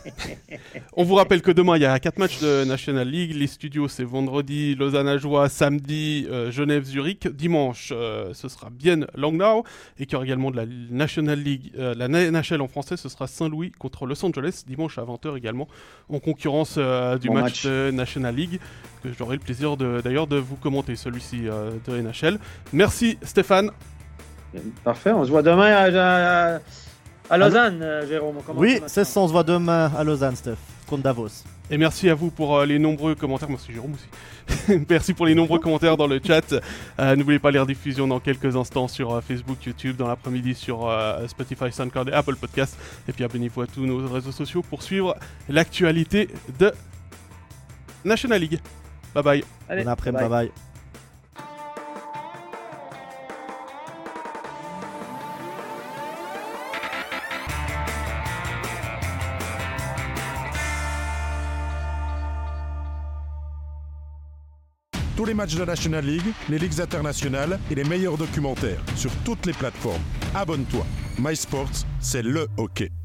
On vous rappelle que demain il y a quatre matchs de National League. Les studios c'est vendredi, Lausanne-Ajoie, samedi, euh, Genève-Zurich. Dimanche euh, ce sera Bienne Langnau et qu'il y aura également de la National League, euh, la N H L en français. Ce sera Saint-Louis contre Los Angeles dimanche à vingt heures également en concurrence euh, du bon match, match de National League que j'aurai le plaisir de, d'ailleurs de vous commenter celui-ci euh, de N H L. Merci Stéphane. Parfait, on se voit demain à, à... À Lausanne, euh, Jérôme. Oui, c'est ça, on se voit demain à Lausanne, Steph, contre Davos. Et merci à vous pour euh, les nombreux commentaires. Merci Jérôme aussi. Merci pour les nombreux commentaires dans le chat. Euh, n'oubliez pas les rediffusions dans quelques instants sur euh, Facebook, YouTube, dans l'après-midi sur euh, Spotify, SoundCloud et Apple Podcasts. Et puis abonnez-vous à tous nos réseaux sociaux pour suivre l'actualité de National League. Bye bye. Allez, bon après-midi, bye bye. tous les matchs de National League, les ligues internationales et les meilleurs documentaires sur toutes les plateformes. Abonne-toi. MySports, c'est le hockey.